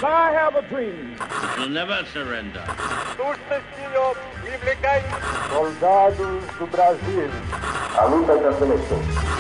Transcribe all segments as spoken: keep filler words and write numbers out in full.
I have a dream. We'll never surrender. Soldados do Brasil. A luta da seleção.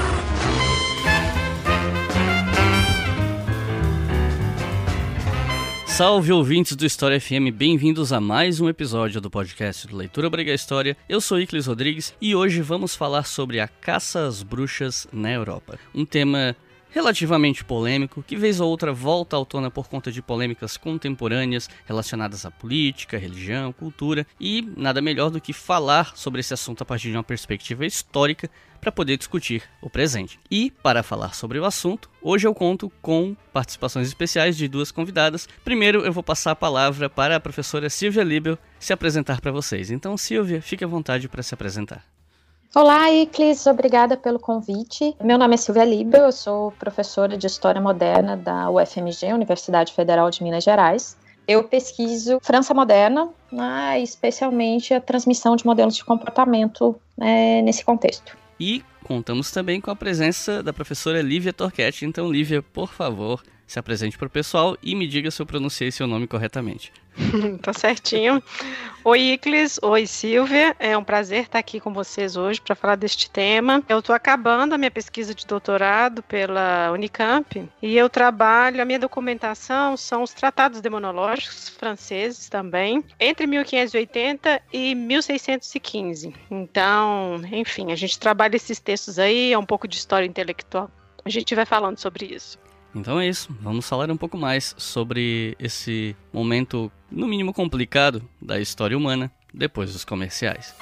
Salve ouvintes do História F M, bem-vindos a mais um episódio do podcast do Leitura Obriga História. Eu sou Iclis Rodrigues e hoje vamos falar sobre a caça às bruxas na Europa. Um tema relativamente polêmico, que vez ou outra volta à tona por conta de polêmicas contemporâneas relacionadas à política, religião, cultura, e nada melhor do que falar sobre esse assunto a partir de uma perspectiva histórica para poder discutir o presente. E, para falar sobre o assunto, hoje eu conto com participações especiais de duas convidadas. Primeiro eu vou passar a palavra para a professora Silvia Libel se apresentar para vocês. Então, Silvia, fique à vontade para se apresentar. Olá, Iclis, obrigada pelo convite. Meu nome é Silvia Libel, eu sou professora de História Moderna da U F M G, Universidade Federal de Minas Gerais. Eu pesquiso França moderna, né, especialmente a transmissão de modelos de comportamento né, nesse contexto. E contamos também com a presença da professora Lívia Torquetti. Então, Lívia, por favor, se apresente para o pessoal e me diga se eu pronunciei seu nome corretamente. Tá certinho. Oi, Iclis. Oi, Silvia. É um prazer estar aqui com vocês hoje para falar deste tema. Eu estou acabando a minha pesquisa de doutorado pela Unicamp e eu trabalho, a minha documentação são os tratados demonológicos franceses também, entre mil quinhentos e oitenta e mil seiscentos e quinze. Então, enfim, a gente trabalha esses textos aí, é um pouco de história intelectual. A gente vai falando sobre isso. Então é isso, vamos falar um pouco mais sobre esse momento, no mínimo complicado, da história humana, depois dos comerciais.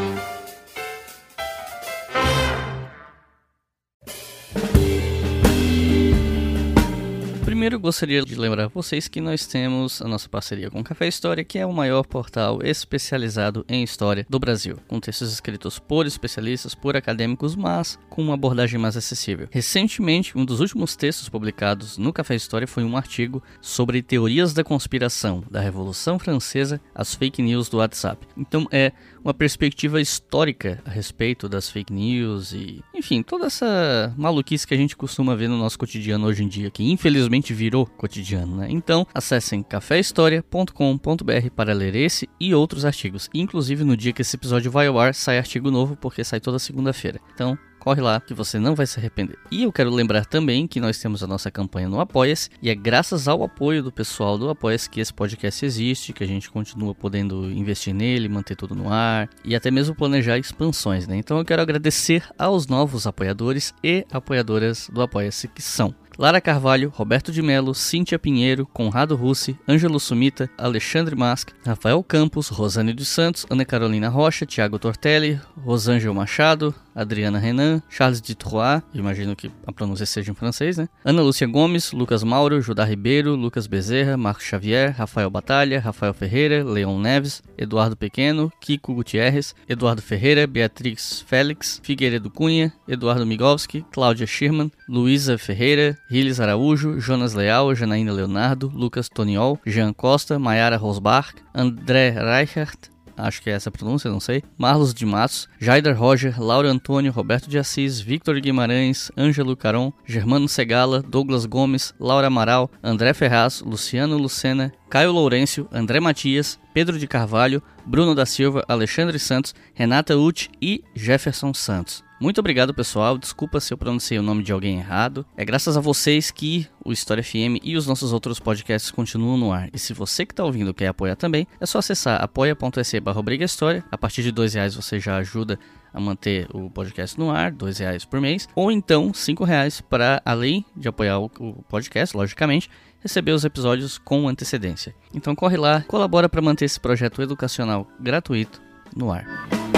Primeiro, gostaria de lembrar vocês que nós temos a nossa parceria com o Café História, que é o maior portal especializado em história do Brasil, com textos escritos por especialistas, por acadêmicos, mas com uma abordagem mais acessível. Recentemente, um dos últimos textos publicados no Café História foi um artigo sobre teorias da conspiração da Revolução Francesa, as fake news do WhatsApp. Então é uma perspectiva histórica a respeito das fake news e, enfim, toda essa maluquice que a gente costuma ver no nosso cotidiano hoje em dia, que infelizmente virou cotidiano, né? Então, acessem café história ponto com ponto b r para ler esse e outros artigos. Inclusive, no dia que esse episódio vai ao ar, sai artigo novo, porque sai toda segunda-feira. Então, corre lá que você não vai se arrepender. E eu quero lembrar também que nós temos a nossa campanha no Apoia-se, e é graças ao apoio do pessoal do Apoia-se que esse podcast existe, que a gente continua podendo investir nele, manter tudo no ar e até mesmo planejar expansões, né? Então eu quero agradecer aos novos apoiadores e apoiadoras do Apoia-se, que são Lara Carvalho, Roberto de Mello, Cíntia Pinheiro, Conrado Russi, Ângelo Sumita, Alexandre Mask, Rafael Campos, Rosane dos Santos, Ana Carolina Rocha, Thiago Tortelli, Rosângel Machado, Adriana Renan, Charles de Troyes, imagino que a pronúncia seja em francês, né? Ana Lúcia Gomes, Lucas Mauro, Judá Ribeiro, Lucas Bezerra, Marcos Xavier, Rafael Batalha, Rafael Ferreira, Leon Neves, Eduardo Pequeno, Kiko Gutierrez, Eduardo Ferreira, Beatriz Félix, Figueiredo Cunha, Eduardo Migovski, Cláudia Schirman, Luísa Ferreira, Riles Araújo, Jonas Leal, Janaína Leonardo, Lucas Toniol, Jean Costa, Maiara Rosbach, André Reichert, acho que é essa a pronúncia, não sei, Marlos de Matos, Jaider Roger, Laura Antônio, Roberto de Assis, Victor Guimarães, Ângelo Caron, Germano Segala, Douglas Gomes, Laura Amaral, André Ferraz, Luciano Lucena, Caio Lourenço, André Matias, Pedro de Carvalho, Bruno da Silva, Alexandre Santos, Renata Uth e Jefferson Santos. Muito obrigado, pessoal. Desculpa se eu pronunciei o nome de alguém errado. É graças a vocês que o História F M e os nossos outros podcasts continuam no ar. E se você que está ouvindo quer apoiar também, é só acessar apoia.se barra Obriga História. A partir de dois reais você já ajuda a manter o podcast no ar, dois reais por mês. Ou então cinco reais para, além de apoiar o podcast, logicamente, receber os episódios com antecedência. Então corre lá, colabora para manter esse projeto educacional gratuito no ar.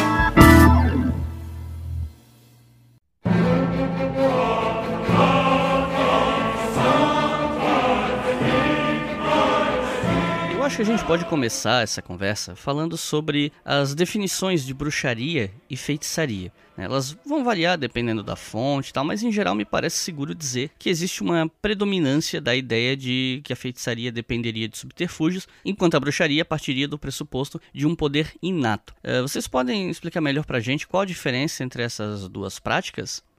Eu acho que a gente pode começar essa conversa falando sobre as definições de bruxaria e feitiçaria. Elas vão variar dependendo da fonte e tal, mas em geral me parece seguro dizer que existe uma predominância da ideia de que a feitiçaria dependeria de subterfúgios, enquanto a bruxaria partiria do pressuposto de um poder inato. Uh, vocês podem explicar melhor pra gente qual a diferença entre essas duas práticas?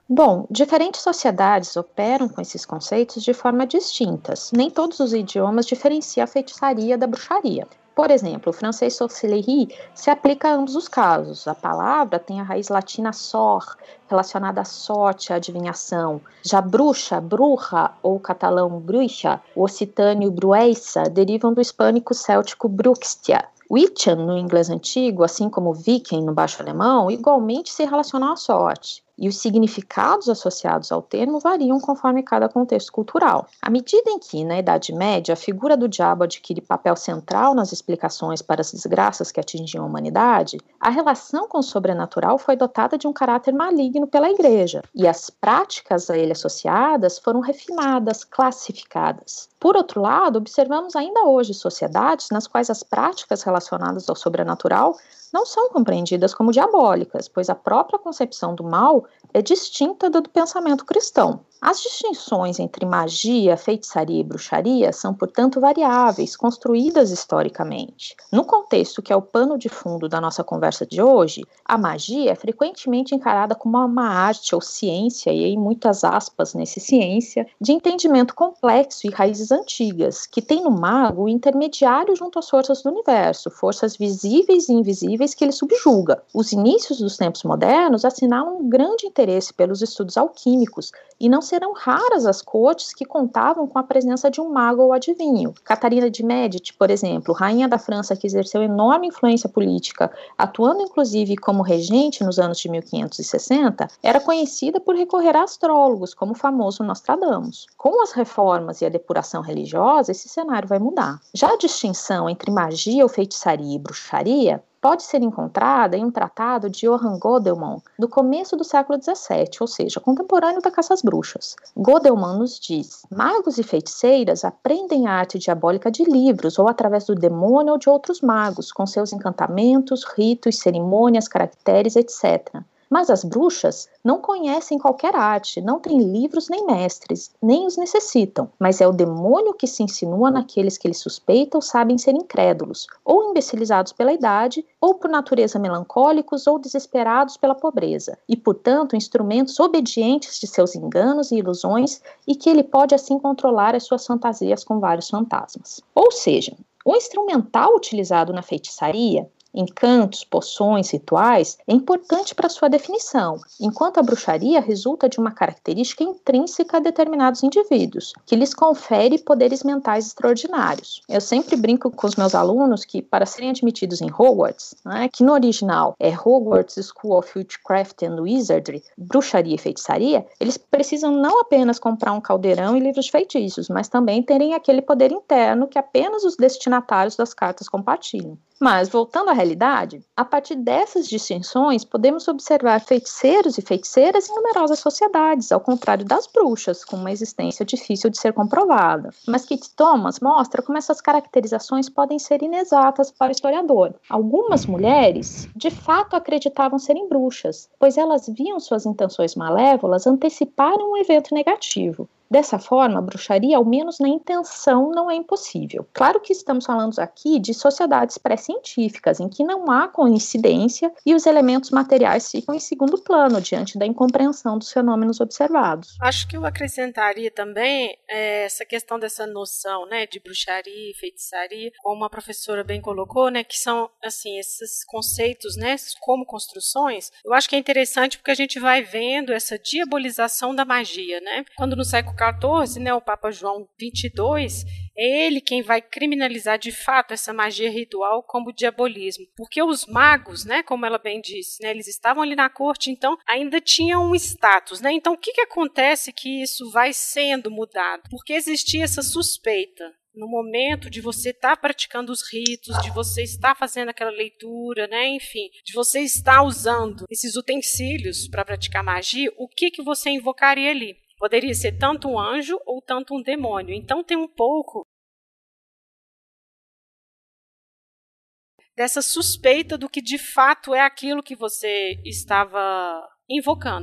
Bom, diferentes sociedades operam com esses conceitos de forma distintas. Nem todos os idiomas diferenciam a feitiçaria da bruxaria. Por exemplo, o francês sorcellerie se aplica a ambos os casos. A palavra tem a raiz latina sor, relacionada à sorte, à adivinhação. Já bruxa, bruja, ou catalão bruixa, o occitâneo brueissa, derivam do hispânico céltico bruxtia. Wiccan, no inglês antigo, assim como viking, no baixo alemão, igualmente se relacionam à sorte. E os significados associados ao termo variam conforme cada contexto cultural. À medida em que, na Idade Média, a figura do diabo adquire papel central nas explicações para as desgraças que atingiam a humanidade, a relação com o sobrenatural foi dotada de um caráter maligno pela Igreja, e as práticas a ele associadas foram refinadas, classificadas. Por outro lado, observamos ainda hoje sociedades nas quais as práticas relacionadas ao sobrenatural não são compreendidas como diabólicas, pois a própria concepção do mal é distinta da do pensamento cristão. As distinções entre magia, feitiçaria e bruxaria são, portanto, variáveis, construídas historicamente. No contexto que é o pano de fundo da nossa conversa de hoje, a magia é frequentemente encarada como uma arte ou ciência, e aí muitas aspas nesse ciência, de entendimento complexo e raízes antigas, que tem no mago o intermediário junto às forças do universo, forças visíveis e invisíveis que ele subjuga. Os inícios dos tempos modernos assinalam um grande interesse pelos estudos alquímicos, e não serão raras as cortes que contavam com a presença de um mago ou adivinho. Catarina de Médici, por exemplo, rainha da França que exerceu enorme influência política, atuando inclusive como regente nos anos de mil quinhentos e sessenta, era conhecida por recorrer a astrólogos, como o famoso Nostradamus. Com as reformas e a depuração religiosa, esse cenário vai mudar. Já a distinção entre magia ou feitiçaria e bruxaria pode ser encontrada em um tratado de Johann Godelmann, do começo do século dezessete, ou seja, contemporâneo da caça às bruxas. Godelmann nos diz: magos e feiticeiras aprendem a arte diabólica de livros ou através do demônio ou de outros magos, com seus encantamentos, ritos, cerimônias, caracteres, etcétera. Mas as bruxas não conhecem qualquer arte, não têm livros nem mestres, nem os necessitam, mas é o demônio que se insinua naqueles que eles suspeitam sabem ser incrédulos, ou imbecilizados pela idade, ou por natureza melancólicos ou desesperados pela pobreza, e portanto instrumentos obedientes de seus enganos e ilusões, e que ele pode assim controlar as suas fantasias com vários fantasmas. Ou seja, o instrumental utilizado na feitiçaria, encantos, poções, rituais, é importante para sua definição, enquanto a bruxaria resulta de uma característica intrínseca a determinados indivíduos, que lhes confere poderes mentais extraordinários. Eu sempre brinco com os meus alunos que, para serem admitidos em Hogwarts, né, que no original é Hogwarts School of Witchcraft and Wizardry, bruxaria e feitiçaria, eles precisam não apenas comprar um caldeirão e livros de feitiços, mas também terem aquele poder interno que apenas os destinatários das cartas compartilham. Mas, voltando à realidade, a partir dessas distinções, podemos observar feiticeiros e feiticeiras em numerosas sociedades, ao contrário das bruxas, com uma existência difícil de ser comprovada. Mas Kitty Thomas mostra como essas caracterizações podem ser inexatas para o historiador. Algumas mulheres, de fato, acreditavam serem bruxas, pois elas viam suas intenções malévolas anteciparem um evento negativo. Dessa forma, a bruxaria, ao menos na intenção, não é impossível. Claro que estamos falando aqui de sociedades pré-científicas, em que não há coincidência e os elementos materiais ficam em segundo plano, diante da incompreensão dos fenômenos observados. Acho que eu acrescentaria também é, essa questão dessa noção, né, de bruxaria e feitiçaria, como a professora bem colocou, né, que são, assim, esses conceitos, né, como construções. Eu acho que é interessante porque a gente vai vendo essa diabolização da magia, né? Quando no século quatorze, né, o Papa João vinte e dois, é ele quem vai criminalizar de fato essa magia ritual como diabolismo, porque os magos, né, como ela bem disse, né, eles estavam ali na corte, então ainda tinham um status, né? Então o que que acontece que isso vai sendo mudado? Porque existia essa suspeita no momento de você estar tá praticando os ritos, de você estar fazendo aquela leitura, né, enfim, de você estar usando esses utensílios para praticar magia, o que que você invocaria ali? Poderia ser tanto um anjo ou tanto um demônio. Então tem um pouco dessa suspeita do que de fato é aquilo que você estava invocando.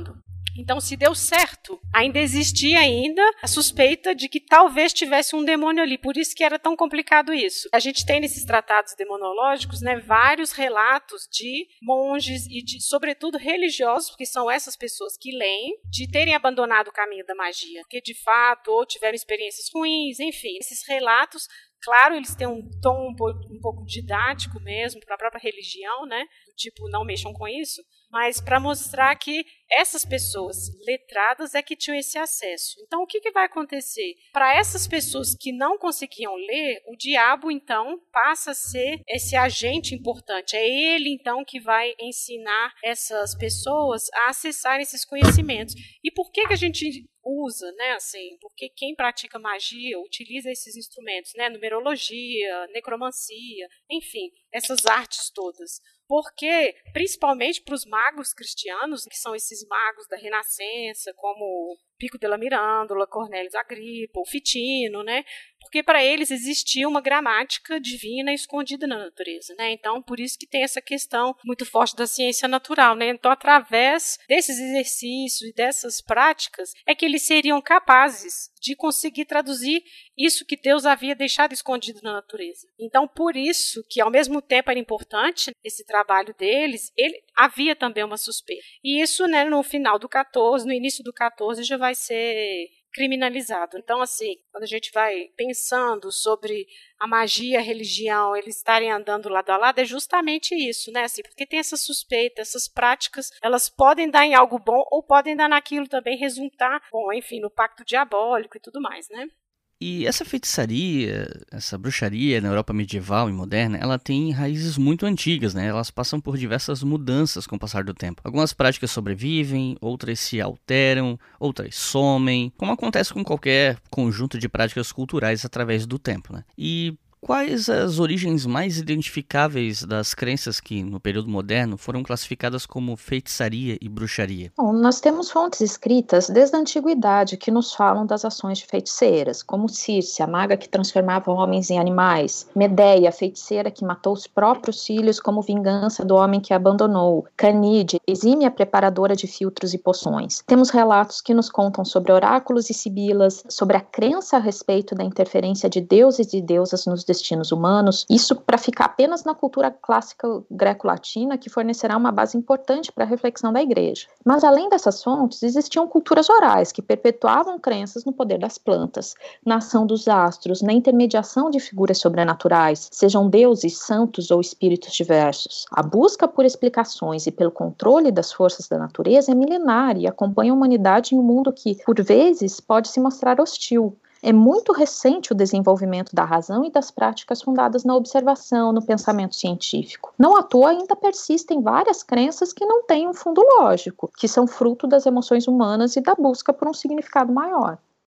Então, se deu certo, ainda existia ainda a suspeita de que talvez tivesse um demônio ali. Por isso que era tão complicado isso. A gente tem nesses tratados demonológicos, né, vários relatos de monges e de, sobretudo, religiosos, porque são essas pessoas que leem, de terem abandonado o caminho da magia. Porque, de fato, ou tiveram experiências ruins, enfim. Esses relatos, claro, eles têm um tom um pouco, um pouco didático mesmo, para a própria religião, né? Do tipo, não mexam com isso. Mas para mostrar que essas pessoas letradas é que tinham esse acesso. Então, o que, que vai acontecer? Para essas pessoas que não conseguiam ler, o diabo, então, passa a ser esse agente importante. É ele, então, que vai ensinar essas pessoas a acessar esses conhecimentos. E por que, que a gente usa, né, assim, porque quem pratica magia utiliza esses instrumentos, né, numerologia, necromancia, enfim, essas artes todas. Porque, principalmente para os magos cristianos, que são esses magos da Renascença, como Pico della Mirandola, Cornélio Agrippa, o Fitino, né? Porque para eles existia uma gramática divina escondida na natureza, né? Então, por isso que tem essa questão muito forte da ciência natural, né? Então, através desses exercícios e dessas práticas, é que eles seriam capazes de conseguir traduzir isso que Deus havia deixado escondido na natureza. Então, por isso que, ao mesmo tempo, era importante esse trabalho deles, ele, havia também uma suspeita. E isso, né, no final do quatorze, no início do quatorze, já vai ser criminalizado. Então, assim, quando a gente vai pensando sobre a magia, a religião, eles estarem andando lado a lado, é justamente isso, né? Assim, porque tem essa suspeita, essas práticas, elas podem dar em algo bom ou podem dar naquilo também, resultar, bom, enfim, no pacto diabólico e tudo mais, né? E essa feitiçaria, essa bruxaria na Europa medieval e moderna, ela tem raízes muito antigas, né? Elas passam por diversas mudanças com o passar do tempo. Algumas práticas sobrevivem, outras se alteram, outras somem, como acontece com qualquer conjunto de práticas culturais através do tempo, né? E quais as origens mais identificáveis das crenças que, no período moderno, foram classificadas como feitiçaria e bruxaria? Bom, nós temos fontes escritas desde a antiguidade que nos falam das ações de feiticeiras, como Circe, a maga que transformava homens em animais, Medeia, a feiticeira que matou os próprios filhos como vingança do homem que a abandonou, Caníde, exímia preparadora de filtros e poções. Temos relatos que nos contam sobre oráculos e sibilas, sobre a crença a respeito da interferência de deuses e deusas nos destinos humanos, isso para ficar apenas na cultura clássica greco-latina, que fornecerá uma base importante para a reflexão da igreja. Mas além dessas fontes, existiam culturas orais que perpetuavam crenças no poder das plantas, na ação dos astros, na intermediação de figuras sobrenaturais, sejam deuses, santos ou espíritos diversos. A busca por explicações e pelo controle das forças da natureza é milenar e acompanha a humanidade em um mundo que, por vezes, pode se mostrar hostil. É muito recente o desenvolvimento da razão e das práticas fundadas na observação, no pensamento científico. Não à toa ainda persistem várias crenças que não têm um fundo lógico, que são fruto das emoções humanas e da busca por um significado maior.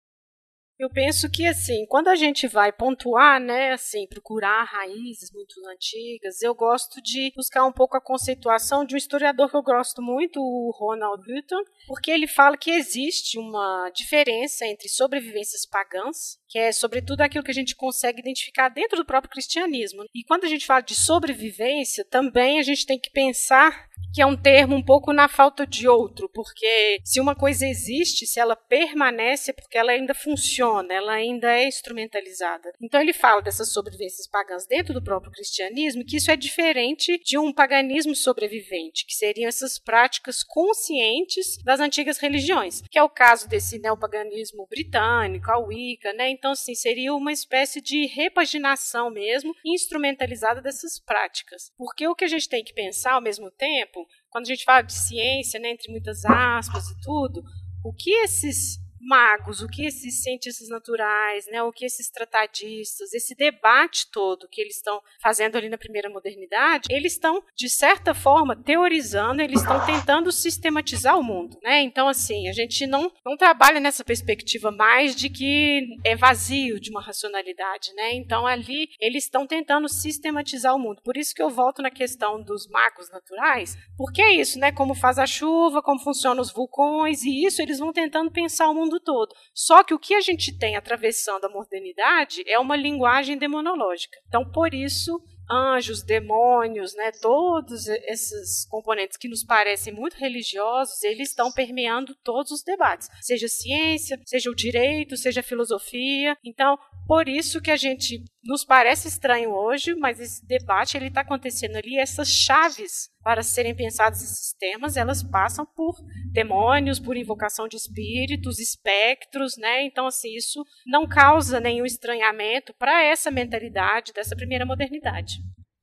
Eu penso que, assim, quando a gente vai pontuar, né, assim, procurar raízes muito antigas, eu gosto de buscar um pouco a conceituação de um historiador que eu gosto muito, o Ronald Hutton, porque ele fala que existe uma diferença entre sobrevivências pagãs, que é sobretudo aquilo que a gente consegue identificar dentro do próprio cristianismo. E quando a gente fala de sobrevivência, também a gente tem que pensar que é um termo um pouco na falta de outro, porque se uma coisa existe, se ela permanece, é porque ela ainda funciona, ela ainda é instrumentalizada. Então ele fala dessas sobrevivências pagãs dentro do próprio cristianismo, que isso é diferente de um paganismo sobrevivente, que seriam essas práticas conscientes das antigas religiões, que é o caso desse neopaganismo britânico, a Wicca, né? Então, assim, seria uma espécie de repaginação mesmo, instrumentalizada dessas práticas. Porque o que a gente tem que pensar ao mesmo tempo, quando a gente fala de ciência, né, entre muitas aspas e tudo, o que esses magos, o que esses cientistas naturais, né, o que esses tratadistas, esse debate todo que eles estão fazendo ali na primeira modernidade, eles estão, de certa forma, teorizando, eles estão tentando sistematizar o mundo, né? Então, assim, a gente não, não trabalha nessa perspectiva mais de que é vazio de uma racionalidade, né? Então, ali, eles estão tentando sistematizar o mundo. Por isso que eu volto na questão dos magos naturais, porque é isso, né? Como faz a chuva, como funcionam os vulcões, e isso eles vão tentando pensar o mundo todo. Só que o que a gente tem atravessando a modernidade é uma linguagem demonológica. Então, por isso anjos, demônios, né, todos esses componentes que nos parecem muito religiosos, eles estão permeando todos os debates, seja ciência, seja o direito, seja a filosofia. Então, por isso que a gente nos parece estranho hoje, mas esse debate ele está acontecendo ali. Essas chaves para serem pensados esses temas, elas passam por demônios, por invocação de espíritos, espectros, né? Então, assim, isso não causa nenhum estranhamento para essa mentalidade dessa primeira modernidade.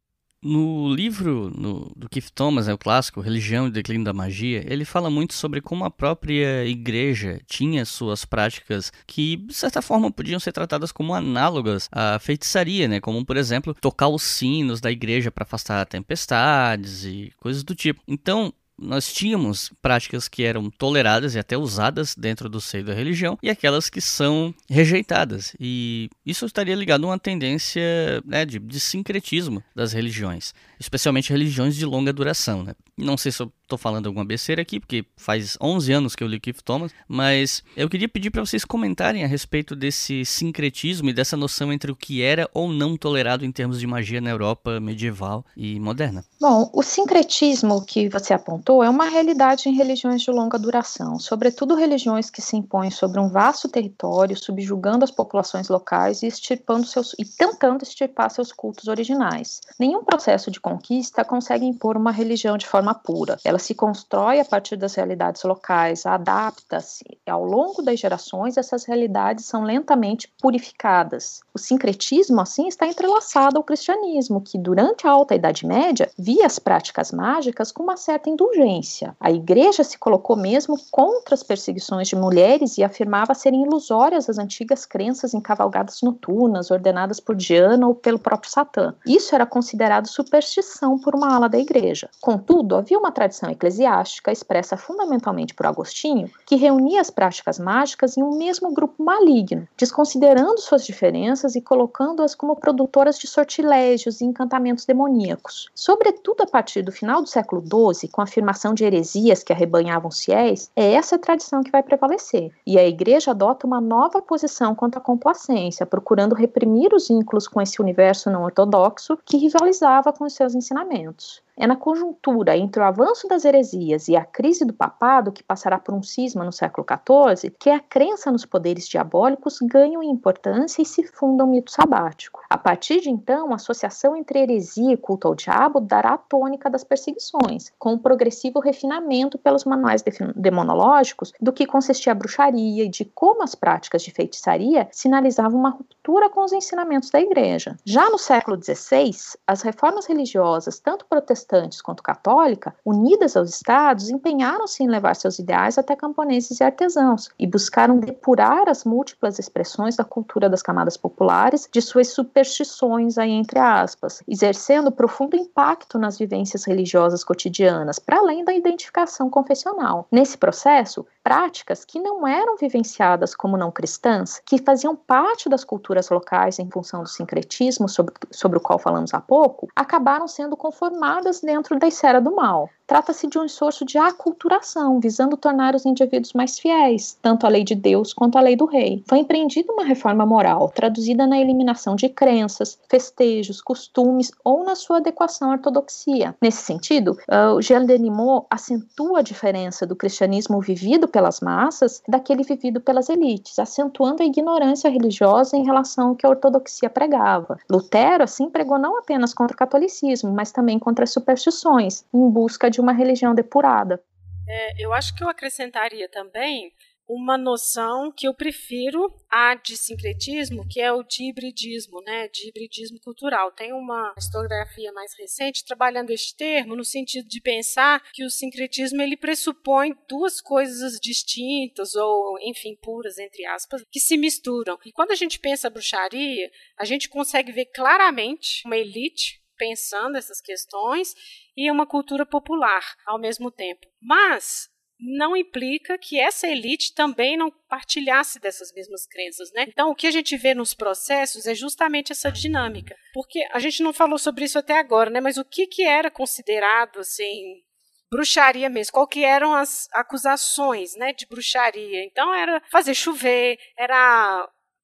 No livro no, do Keith Thomas, né, o clássico Religião e Declínio da Magia, ele fala muito sobre como a própria igreja tinha suas práticas que, de certa forma, podiam ser tratadas como análogas à feitiçaria, né, como, por exemplo, tocar os sinos da igreja para afastar tempestades e coisas do tipo. Então, nós tínhamos práticas que eram toleradas e até usadas dentro do seio da religião e aquelas que são rejeitadas. E isso estaria ligado a uma tendência, né, de, de sincretismo das religiões, especialmente religiões de longa duração, né? Não sei se eu estou falando alguma besteira aqui, porque faz onze anos que eu li Keith Thomas, mas eu queria pedir para vocês comentarem a respeito desse sincretismo e dessa noção entre o que era ou não tolerado em termos de magia na Europa medieval e moderna. Bom, o sincretismo que você apontou é uma realidade em religiões de longa duração, sobretudo religiões que se impõem sobre um vasto território, subjugando as populações locais e, extirpando seus, e tentando extirpar seus cultos originais. Nenhum processo de conquista consegue impor uma religião de forma pura. Ela se constrói a partir das realidades locais, adapta-se. Ao longo das gerações, essas realidades são lentamente purificadas. O sincretismo, assim, está entrelaçado ao cristianismo, que durante a Alta Idade Média via as práticas mágicas com uma certa indulgência. A igreja se colocou mesmo contra as perseguições de mulheres e afirmava serem ilusórias as antigas crenças em cavalgadas noturnas ordenadas por Diana ou pelo próprio Satã. Isso era considerado superstição por uma ala da igreja. Contudo, havia uma tradição eclesiástica, expressa fundamentalmente por Agostinho, que reunia as práticas mágicas em um mesmo grupo maligno, desconsiderando suas diferenças e colocando-as como produtoras de sortilégios e encantamentos demoníacos. Sobretudo a partir do final do século doze, com a afirmação de heresias que arrebanhavam os fiéis, é essa tradição que vai prevalecer, e a igreja adota uma nova posição quanto à complacência, procurando reprimir os vínculos com esse universo não ortodoxo que rivalizava com os seus ensinamentos. É na conjuntura entre o avanço das heresias e a crise do papado, que passará por um cisma no século quatorze, que a crença nos poderes diabólicos ganha em importância e se funda um mito sabático. A partir de então, a associação entre heresia e culto ao diabo dará a tônica das perseguições, com um progressivo refinamento pelos manuais demonológicos do que consistia a bruxaria e de como as práticas de feitiçaria sinalizavam uma ruptura com os ensinamentos da igreja. Já no século dezesseis, as reformas religiosas, tanto protestantes quanto católica, unidas aos estados, empenharam-se em levar seus ideais até camponeses e artesãos e buscaram depurar as múltiplas expressões da cultura das camadas populares de suas superstições, aí entre aspas, exercendo profundo impacto nas vivências religiosas cotidianas, para além da identificação confessional. Nesse processo, práticas que não eram vivenciadas como não cristãs, que faziam parte das culturas locais em função do sincretismo sobre, sobre o qual falamos há pouco, acabaram sendo conformadas dentro da esfera do mal. Trata-se de um esforço de aculturação, visando tornar os indivíduos mais fiéis, tanto à lei de Deus quanto à lei do rei. Foi empreendida uma reforma moral, traduzida na eliminação de crenças, festejos, costumes ou na sua adequação à ortodoxia. Nesse sentido, uh, o Jean Denis acentua a diferença do cristianismo vivido pelas massas daquele vivido pelas elites, acentuando a ignorância religiosa em relação ao que a ortodoxia pregava. Lutero, assim, pregou não apenas contra o catolicismo, mas também contra as superstições, em busca de uma religião depurada. É, eu acho que eu acrescentaria também uma noção que eu prefiro à de sincretismo, que é o de hibridismo, né, de hibridismo cultural. Tem uma historiografia mais recente trabalhando este termo no sentido de pensar que o sincretismo ele pressupõe duas coisas distintas ou, enfim, puras, entre aspas, que se misturam. E quando a gente pensa a bruxaria, a gente consegue ver claramente uma elite pensando essas questões e uma cultura popular ao mesmo tempo. Mas não implica que essa elite também não partilhasse dessas mesmas crenças, né? Então, o que a gente vê nos processos é justamente essa dinâmica. Porque a gente não falou sobre isso até agora, né? Mas o que, que era considerado, assim, bruxaria mesmo? Qual que eram as acusações, né, de bruxaria? Então, era fazer chover, era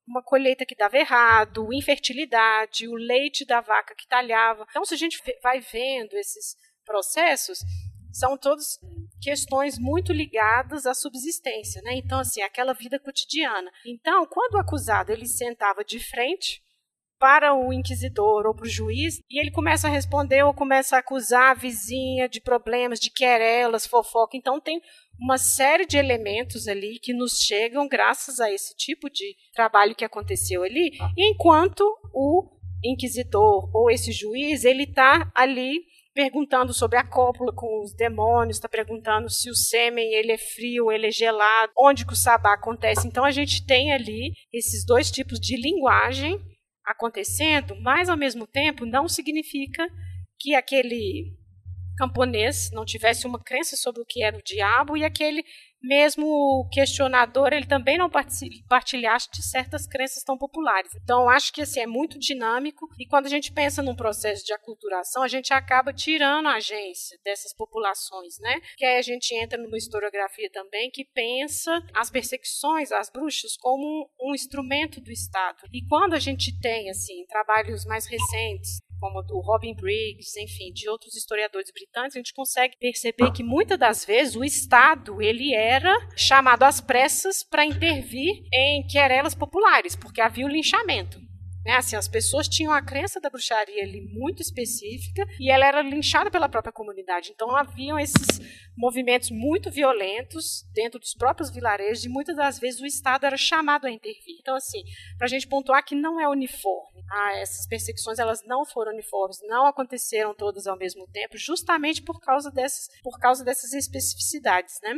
uma colheita que dava errado, infertilidade, o leite da vaca que talhava. Então, se a gente vai vendo esses processos, são todas questões muito ligadas à subsistência, né? Então, assim, aquela vida cotidiana. Então, quando o acusado ele sentava de frente para o inquisidor ou para o juiz, e ele começa a responder ou começa a acusar a vizinha de problemas, de querelas, fofoca. Então, tem uma série de elementos ali que nos chegam graças a esse tipo de trabalho que aconteceu ali, enquanto o inquisidor ou esse juiz, ele está ali perguntando sobre a cópula com os demônios, está perguntando se o sêmen ele é frio, ele é gelado, onde que o sabá acontece. Então, a gente tem ali esses dois tipos de linguagem acontecendo, mas, ao mesmo tempo, não significa que aquele camponês não tivesse uma crença sobre o que era o diabo e aquele mesmo questionador ele também não partilhasse de certas crenças tão populares. Então, acho que assim, é muito dinâmico e quando a gente pensa num processo de aculturação, a gente acaba tirando a agência dessas populações, né? Que aí a gente entra numa historiografia também que pensa as perseguições às bruxas como um instrumento do Estado. E quando a gente tem assim trabalhos mais recentes, como do Robin Briggs, enfim, de outros historiadores britânicos, a gente consegue perceber que muitas das vezes o Estado ele era chamado às pressas para intervir em querelas populares, porque havia o linchamento. Né? Assim, as pessoas tinham a crença da bruxaria ali muito específica e ela era linchada pela própria comunidade. Então, haviam esses movimentos muito violentos dentro dos próprios vilarejos e muitas das vezes o Estado era chamado a intervir. Então, assim, para a gente pontuar que não é uniforme. Ah, essas perseguições elas não foram uniformes, não aconteceram todas ao mesmo tempo, justamente por causa dessas, por causa dessas especificidades, né?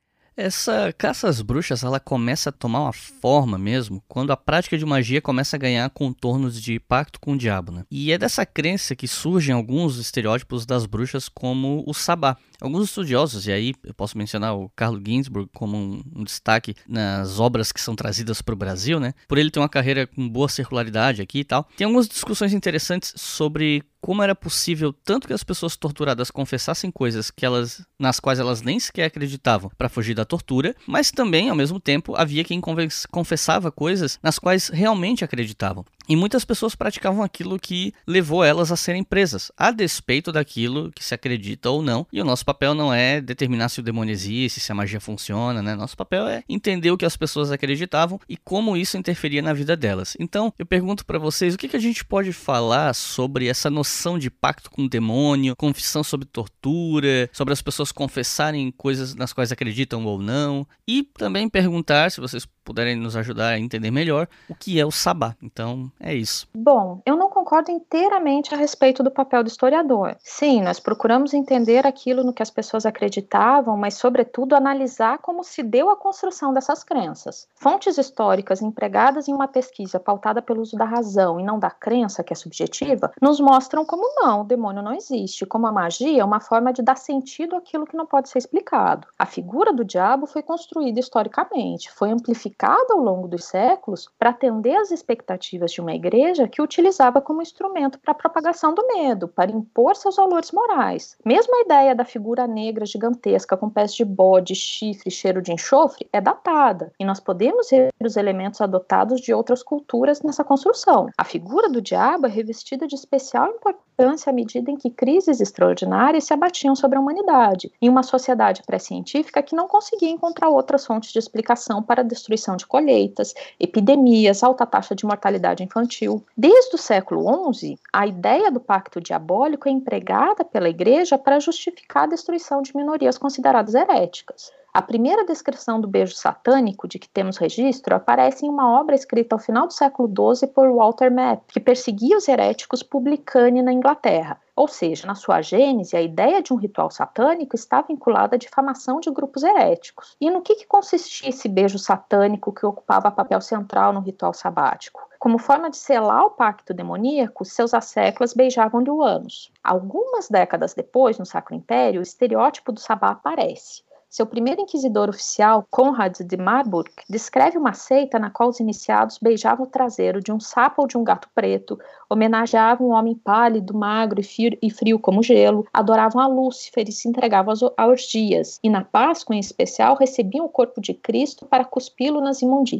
Essa caça às bruxas, ela começa a tomar uma forma mesmo quando a prática de magia começa a ganhar contornos de pacto com o diabo, né? E é dessa crença que surgem alguns estereótipos das bruxas como o sabá. Alguns estudiosos, e aí eu posso mencionar o Carlo Ginzburg como um, um destaque nas obras que são trazidas para o Brasil, né? Por ele ter uma carreira com boa circularidade aqui e tal. Tem algumas discussões interessantes sobre como era possível tanto que as pessoas torturadas confessassem coisas que elas, nas quais elas nem sequer acreditavam para fugir da tortura, mas também, ao mesmo tempo, havia quem confessava coisas nas quais realmente acreditavam. E muitas pessoas praticavam aquilo que levou elas a serem presas, a despeito daquilo que se acredita ou não. E o nosso papel não é determinar se o demônio existe, se a magia funciona, né? Nosso papel é entender o que as pessoas acreditavam e como isso interferia na vida delas. Então, eu pergunto para vocês, o que, que a gente pode falar sobre essa noção de pacto com o demônio, confissão sobre tortura, sobre as pessoas confessarem coisas nas quais acreditam ou não? E também perguntar, se vocês puderem nos ajudar a entender melhor, o que é o sabá. Então, é isso. Bom, eu não concordo inteiramente a respeito do papel do historiador. Sim, nós procuramos entender aquilo no que as pessoas acreditavam, mas, sobretudo, analisar como se deu a construção dessas crenças. Fontes históricas empregadas em uma pesquisa pautada pelo uso da razão e não da crença, que é subjetiva, nos mostram como não, o demônio não existe, como a magia é uma forma de dar sentido àquilo que não pode ser explicado. A figura do diabo foi construída historicamente, foi amplificada ao longo dos séculos para atender às expectativas de uma igreja que o utilizava como instrumento para a propagação do medo, para impor seus valores morais. Mesmo a ideia da figura negra gigantesca com pés de bode, chifre e cheiro de enxofre é datada, e nós podemos ver os elementos adotados de outras culturas nessa construção. A figura do diabo é revestida de especial importância à medida em que crises extraordinárias se abatiam sobre a humanidade, em uma sociedade pré-científica que não conseguia encontrar outras fontes de explicação para a destruição de colheitas, epidemias, alta taxa de mortalidade infantil. Desde o século onze, a ideia do pacto diabólico é empregada pela Igreja para justificar a destruição de minorias consideradas heréticas. A primeira descrição do beijo satânico de que temos registro aparece em uma obra escrita ao final do século doze por Walter Map, que perseguia os heréticos publicani na Inglaterra. Ou seja, na sua gênese, a ideia de um ritual satânico está vinculada à difamação de grupos heréticos. E no que, que consistia esse beijo satânico que ocupava papel central no ritual sabático? Como forma de selar o pacto demoníaco, seus asseclas beijavam-lhe o ânus. Algumas décadas depois, no Sacro Império, o estereótipo do sabá aparece. Seu primeiro inquisidor oficial, Conrad de Marburg, descreve uma seita na qual os iniciados beijavam o traseiro de um sapo ou de um gato preto, homenageavam um homem pálido, magro e frio como gelo, adoravam a Lúcifer e se entregavam a orgias, e na Páscoa, em especial, recebiam o corpo de Cristo para cuspi-lo nas imundícies.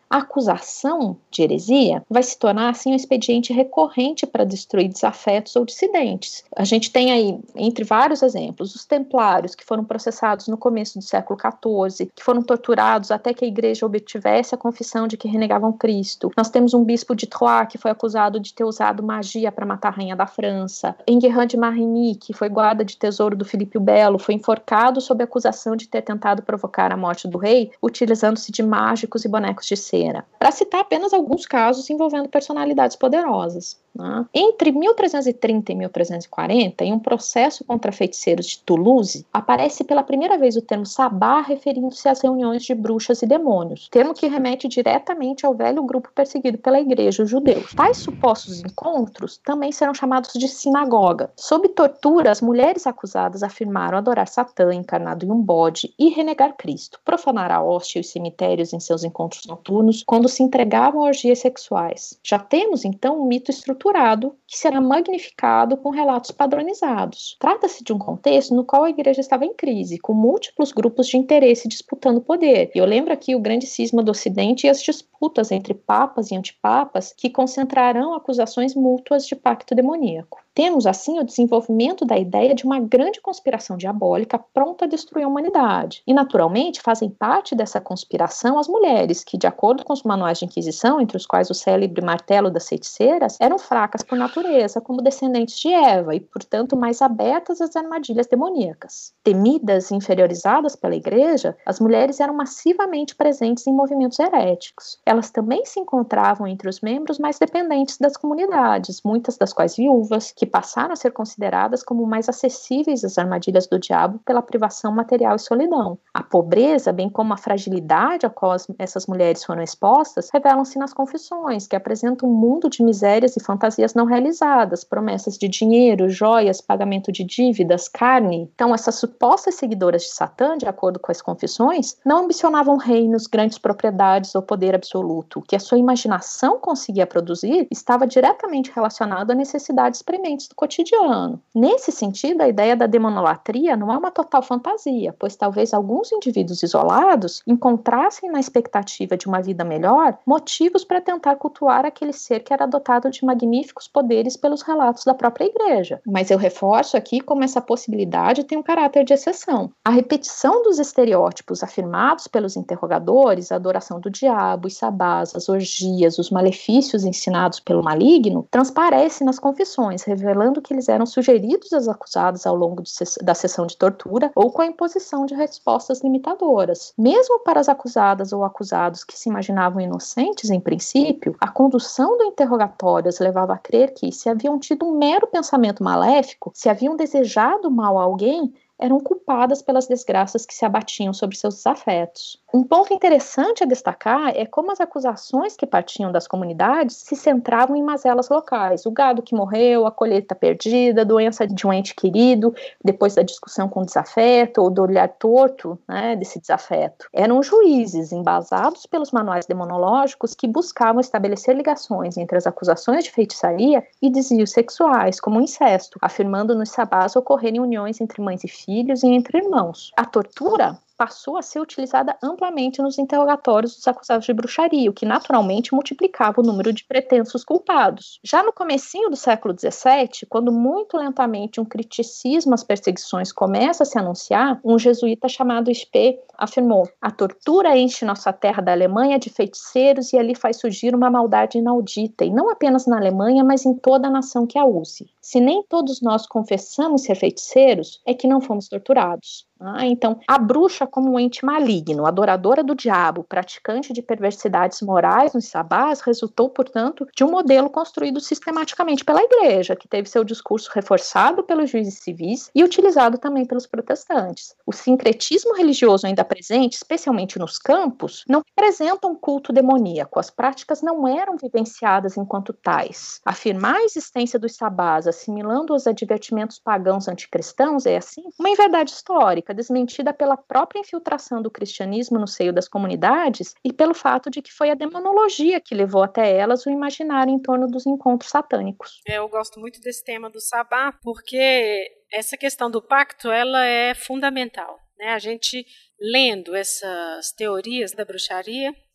A acusação de heresia vai se tornar, assim, um expediente recorrente para destruir desafetos ou dissidentes. A gente tem aí, entre vários exemplos, os templários, que foram processados no começo do século quatorze, que foram torturados até que a igreja obtivesse a confissão de que renegavam Cristo. Nós temos um bispo de Troyes, que foi acusado de ter usado magia para matar a rainha da França. Enguerrand de Marigny, que foi guarda de tesouro do Filipe o Belo, foi enforcado sob a acusação de ter tentado provocar a morte do rei, utilizando-se de mágicos e bonecos de cera. Para citar apenas alguns casos envolvendo personalidades poderosas. Né? Entre mil trezentos e trinta e mil trezentos e quarenta, em um processo contra feiticeiros de Toulouse, aparece pela primeira vez o termo sabá referindo-se às reuniões de bruxas e demônios, termo que remete diretamente ao velho grupo perseguido pela igreja, os judeus. Tais supostos encontros também serão chamados de sinagoga. Sob tortura, as mulheres acusadas afirmaram adorar Satã encarnado em um bode e renegar Cristo, profanar a hóstia e os cemitérios em seus encontros noturnos quando se entregavam a orgias sexuais. Já temos, então, um mito estruturado que será magnificado com relatos padronizados. Trata-se de um contexto no qual a igreja estava em crise, com múltiplos grupos de interesse disputando poder. E eu lembro aqui o grande cisma do Ocidente e as disputas entre papas e antipapas que concentrarão acusações mútuas de pacto demoníaco. Temos, assim, o desenvolvimento da ideia de uma grande conspiração diabólica pronta a destruir a humanidade. E, naturalmente, fazem parte dessa conspiração as mulheres, que, de acordo com os manuais de Inquisição, entre os quais o célebre martelo das feiticeiras, eram fracas por natureza, como descendentes de Eva, e, portanto, mais abertas às armadilhas demoníacas. Temidas e inferiorizadas pela igreja, as mulheres eram massivamente presentes em movimentos heréticos. Elas também se encontravam entre os membros mais dependentes das comunidades, muitas das quais viúvas, que passaram a ser consideradas como mais acessíveis às armadilhas do diabo pela privação material e solidão. A pobreza, bem como a fragilidade a qual essas mulheres foram expostas, revelam-se nas confissões, que apresentam um mundo de misérias e fantasias não realizadas, promessas de dinheiro, joias, pagamento de dívidas, carne. Então, essas supostas seguidoras de Satã, de acordo com as confissões, não ambicionavam reinos, grandes propriedades ou poder absoluto. O que a sua imaginação conseguia produzir estava diretamente relacionado à necessidade experimental do cotidiano. Nesse sentido, a ideia da demonolatria não é uma total fantasia, pois talvez alguns indivíduos isolados encontrassem na expectativa de uma vida melhor motivos para tentar cultuar aquele ser que era dotado de magníficos poderes pelos relatos da própria igreja. Mas eu reforço aqui como essa possibilidade tem um caráter de exceção. A repetição dos estereótipos afirmados pelos interrogadores, a adoração do diabo, os sabás, as orgias, os malefícios ensinados pelo maligno, transparece nas confissões, revelando que eles eram sugeridos aos acusados ao longo de, da sessão de tortura ou com a imposição de respostas limitadoras. Mesmo para as acusadas ou acusados que se imaginavam inocentes em princípio, a condução do interrogatório as levava a crer que, se haviam tido um mero pensamento maléfico, se haviam desejado mal a alguém, eram culpadas pelas desgraças que se abatiam sobre seus desafetos. Um ponto interessante a destacar é como as acusações que partiam das comunidades se centravam em mazelas locais, o gado que morreu, a colheita perdida, a doença de um ente querido, depois da discussão com o desafeto ou do olhar torto, né, desse desafeto. Eram juízes embasados pelos manuais demonológicos que buscavam estabelecer ligações entre as acusações de feitiçaria e desvios sexuais, como o incesto, afirmando nos sabás ocorrerem uniões entre mães e filhos e entre irmãos. A tortura passou a ser utilizada amplamente nos interrogatórios dos acusados de bruxaria, o que naturalmente multiplicava o número de pretensos culpados. Já no comecinho do século dezessete, quando muito lentamente um criticismo às perseguições começa a se anunciar, um jesuíta chamado Spee afirmou: a tortura enche nossa terra da Alemanha de feiticeiros e ali faz surgir uma maldade inaudita, e não apenas na Alemanha, mas em toda a nação que a use. Se nem todos nós confessamos ser feiticeiros, é que não fomos torturados. Ah, então, a bruxa como um ente maligno, adoradora do diabo, praticante de perversidades morais nos sabás, resultou, portanto, de um modelo construído sistematicamente pela igreja, que teve seu discurso reforçado pelos juízes civis e utilizado também pelos protestantes. O sincretismo religioso ainda presente, especialmente nos campos, não representa um culto demoníaco. As práticas não eram vivenciadas enquanto tais. Afirmar a existência dos sabás, assimilando os advertimentos pagãos anticristãos, é, assim, uma inverdade histórica, desmentida pela própria infiltração do cristianismo no seio das comunidades e pelo fato de que foi a demonologia que levou até elas o imaginário em torno dos encontros satânicos. Eu gosto muito desse tema do sabá, porque essa questão do pacto, ela é fundamental, né? A gente, lendo essas teorias da bruxaria,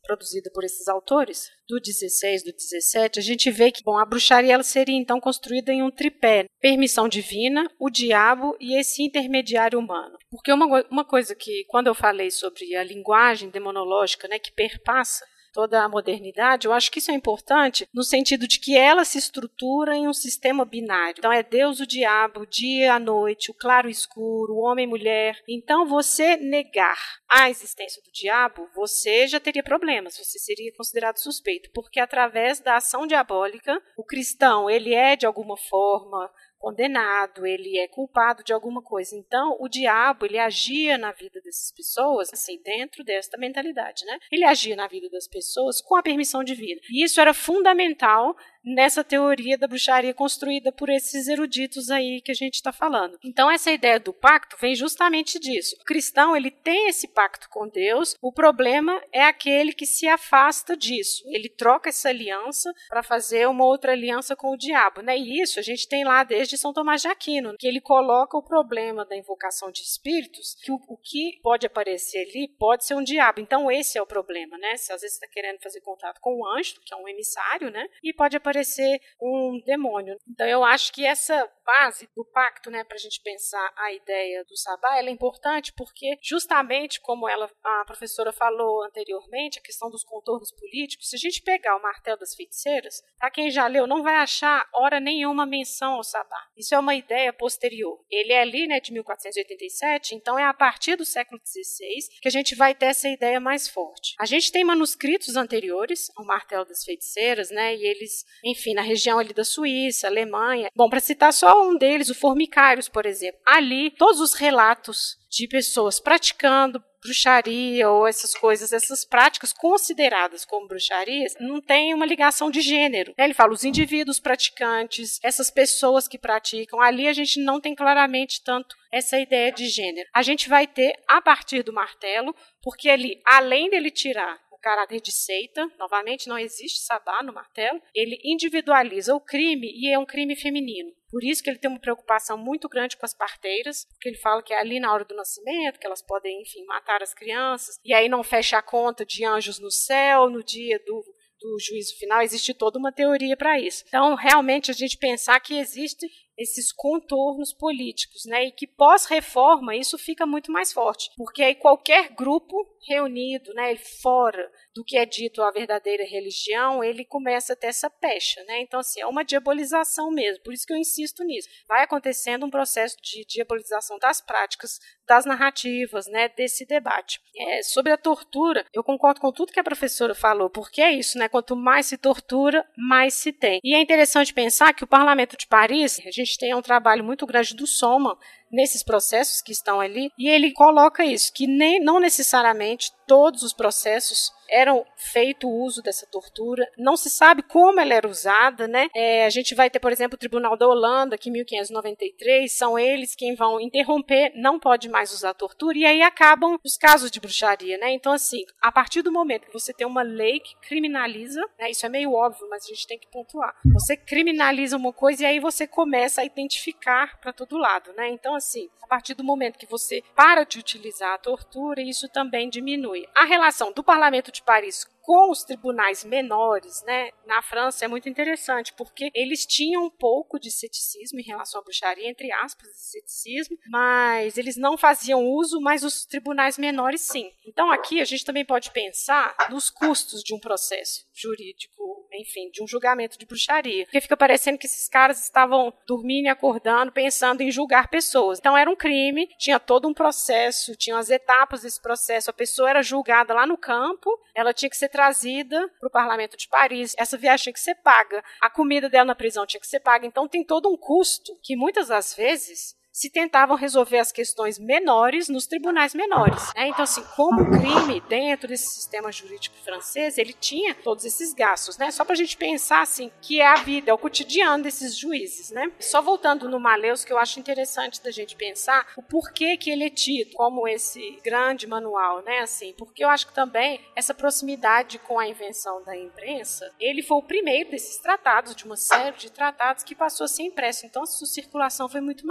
produzida por esses autores, do dezesseis, do dezessete, a gente vê que bom, a bruxaria ela seria então construída em um tripé: permissão divina, o diabo e esse intermediário humano. Porque uma, uma coisa que, quando eu falei sobre a linguagem demonológica, né, que perpassa toda a modernidade, eu acho que isso é importante no sentido de que ela se estrutura em um sistema binário. Então é Deus, o diabo, o dia, a noite, o claro e escuro, o homem e mulher. Então você negar a existência do diabo, você já teria problemas, você seria considerado suspeito, porque através da ação diabólica, o cristão, ele é de alguma forma condenado, ele é culpado de alguma coisa. Então, o diabo, ele agia na vida dessas pessoas, assim, dentro desta mentalidade, né? Ele agia na vida das pessoas com a permissão divina. E isso era fundamental nessa teoria da bruxaria construída por esses eruditos aí que a gente está falando. Então, essa ideia do pacto vem justamente disso. O cristão, ele tem esse pacto com Deus, o problema é aquele que se afasta disso. Ele troca essa aliança para fazer uma outra aliança com o diabo, né? E isso a gente tem lá desde São Tomás de Aquino, que ele coloca o problema da invocação de espíritos, que o, o que pode aparecer ali pode ser um diabo. Então, esse é o problema, né? Se às vezes você está querendo fazer contato com um anjo, que é um emissário, né? E pode aparecer parecer um demônio. Então eu acho que essa base do pacto, né, para a gente pensar a ideia do sabá, ela é importante porque justamente como ela, a professora falou anteriormente, a questão dos contornos políticos, se a gente pegar o Martelo das Feiticeiras, para quem já leu, não vai achar hora nenhuma menção ao sabá. Isso é uma ideia posterior. Ele é ali, né, de mil quatrocentos e oitenta e sete, então é a partir do século dezesseis que a gente vai ter essa ideia mais forte. A gente tem manuscritos anteriores ao Martelo das Feiticeiras, né, e eles, enfim, na região ali da Suíça, Alemanha. Bom, para citar só um deles, o Formicários, por exemplo. Ali, todos os relatos de pessoas praticando bruxaria ou essas coisas, essas práticas consideradas como bruxarias, não tem uma ligação de gênero. Ele fala os indivíduos praticantes, essas pessoas que praticam. Ali a gente não tem claramente tanto essa ideia de gênero. A gente vai ter a partir do martelo, porque ali, além dele tirar caráter de seita, novamente não existe sabá no martelo, ele individualiza o crime e é um crime feminino. Por isso que ele tem uma preocupação muito grande com as parteiras, porque ele fala que é ali na hora do nascimento, que elas podem, enfim, matar as crianças, e aí não fecha a conta de anjos no céu, no dia do, do juízo final, existe toda uma teoria para isso. Então, realmente, a gente pensar que existe esses contornos políticos, né, e que pós-reforma isso fica muito mais forte, porque aí qualquer grupo reunido, né, fora do que é dito a verdadeira religião, ele começa a ter essa pecha, né, então assim, é uma diabolização mesmo, por isso que eu insisto nisso, vai acontecendo um processo de diabolização das práticas, das narrativas, né, desse debate. É, sobre a tortura, eu concordo com tudo que a professora falou, porque é isso, né, quanto mais se tortura, mais se tem. E é interessante pensar que o Parlamento de Paris, a gente tem um trabalho muito grande do Soma nesses processos que estão ali, e ele coloca isso, que nem, não necessariamente todos os processos eram feito uso dessa tortura, não se sabe como ela era usada, né? É, a gente vai ter, por exemplo, o Tribunal da Holanda, que em mil quinhentos e noventa e três, são eles quem vão interromper, não pode mais usar tortura, e aí acabam os casos de bruxaria, né? Então, assim, a partir do momento que você tem uma lei que criminaliza, né, isso é meio óbvio, mas a gente tem que pontuar, você criminaliza uma coisa e aí você começa a identificar para todo lado, né? Então, assim, a partir do momento que você para de utilizar a tortura, isso também diminui. A relação do Parlamento de Paris com os tribunais menores, né, na França é muito interessante, porque eles tinham um pouco de ceticismo em relação à bruxaria, entre aspas, ceticismo, mas eles não faziam uso, mas os tribunais menores sim. Então aqui a gente também pode pensar nos custos de um processo jurídico, enfim, de um julgamento de bruxaria, porque fica parecendo que esses caras estavam dormindo e acordando, pensando em julgar pessoas. Então era um crime, tinha todo um processo, tinham as etapas desse processo, a pessoa era julgada lá no campo, ela tinha que ser trazida para o Parlamento de Paris, essa viagem tinha que ser paga, a comida dela na prisão tinha que ser paga, então tem todo um custo que muitas das vezes se tentavam resolver as questões menores nos tribunais menores, né? Então, assim, como o crime dentro desse sistema jurídico francês, ele tinha todos esses gastos, né? Só para a gente pensar, assim, que é a vida, é o cotidiano desses juízes, né? Só voltando no Maleus, que eu acho interessante da gente pensar o porquê que ele é tido como esse grande manual, né? Assim, porque eu acho que também essa proximidade com a invenção da imprensa, ele foi o primeiro desses tratados, de uma série de tratados que passou a ser impresso, então a sua circulação foi muito maior.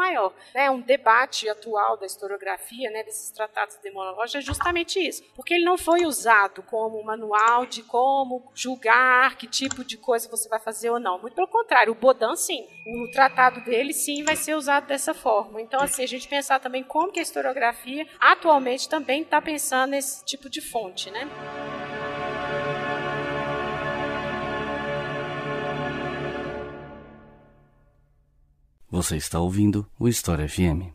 né, um debate atual da historiografia, né, desses tratados demonológicos, é justamente isso, porque ele não foi usado como manual de como julgar que tipo de coisa você vai fazer ou não. Muito pelo contrário, o Bodin, sim, o tratado dele, sim, vai ser usado dessa forma. Então, assim, a gente pensar também como que a historiografia atualmente também está pensando nesse tipo de fonte, né? Você está ouvindo o História F M.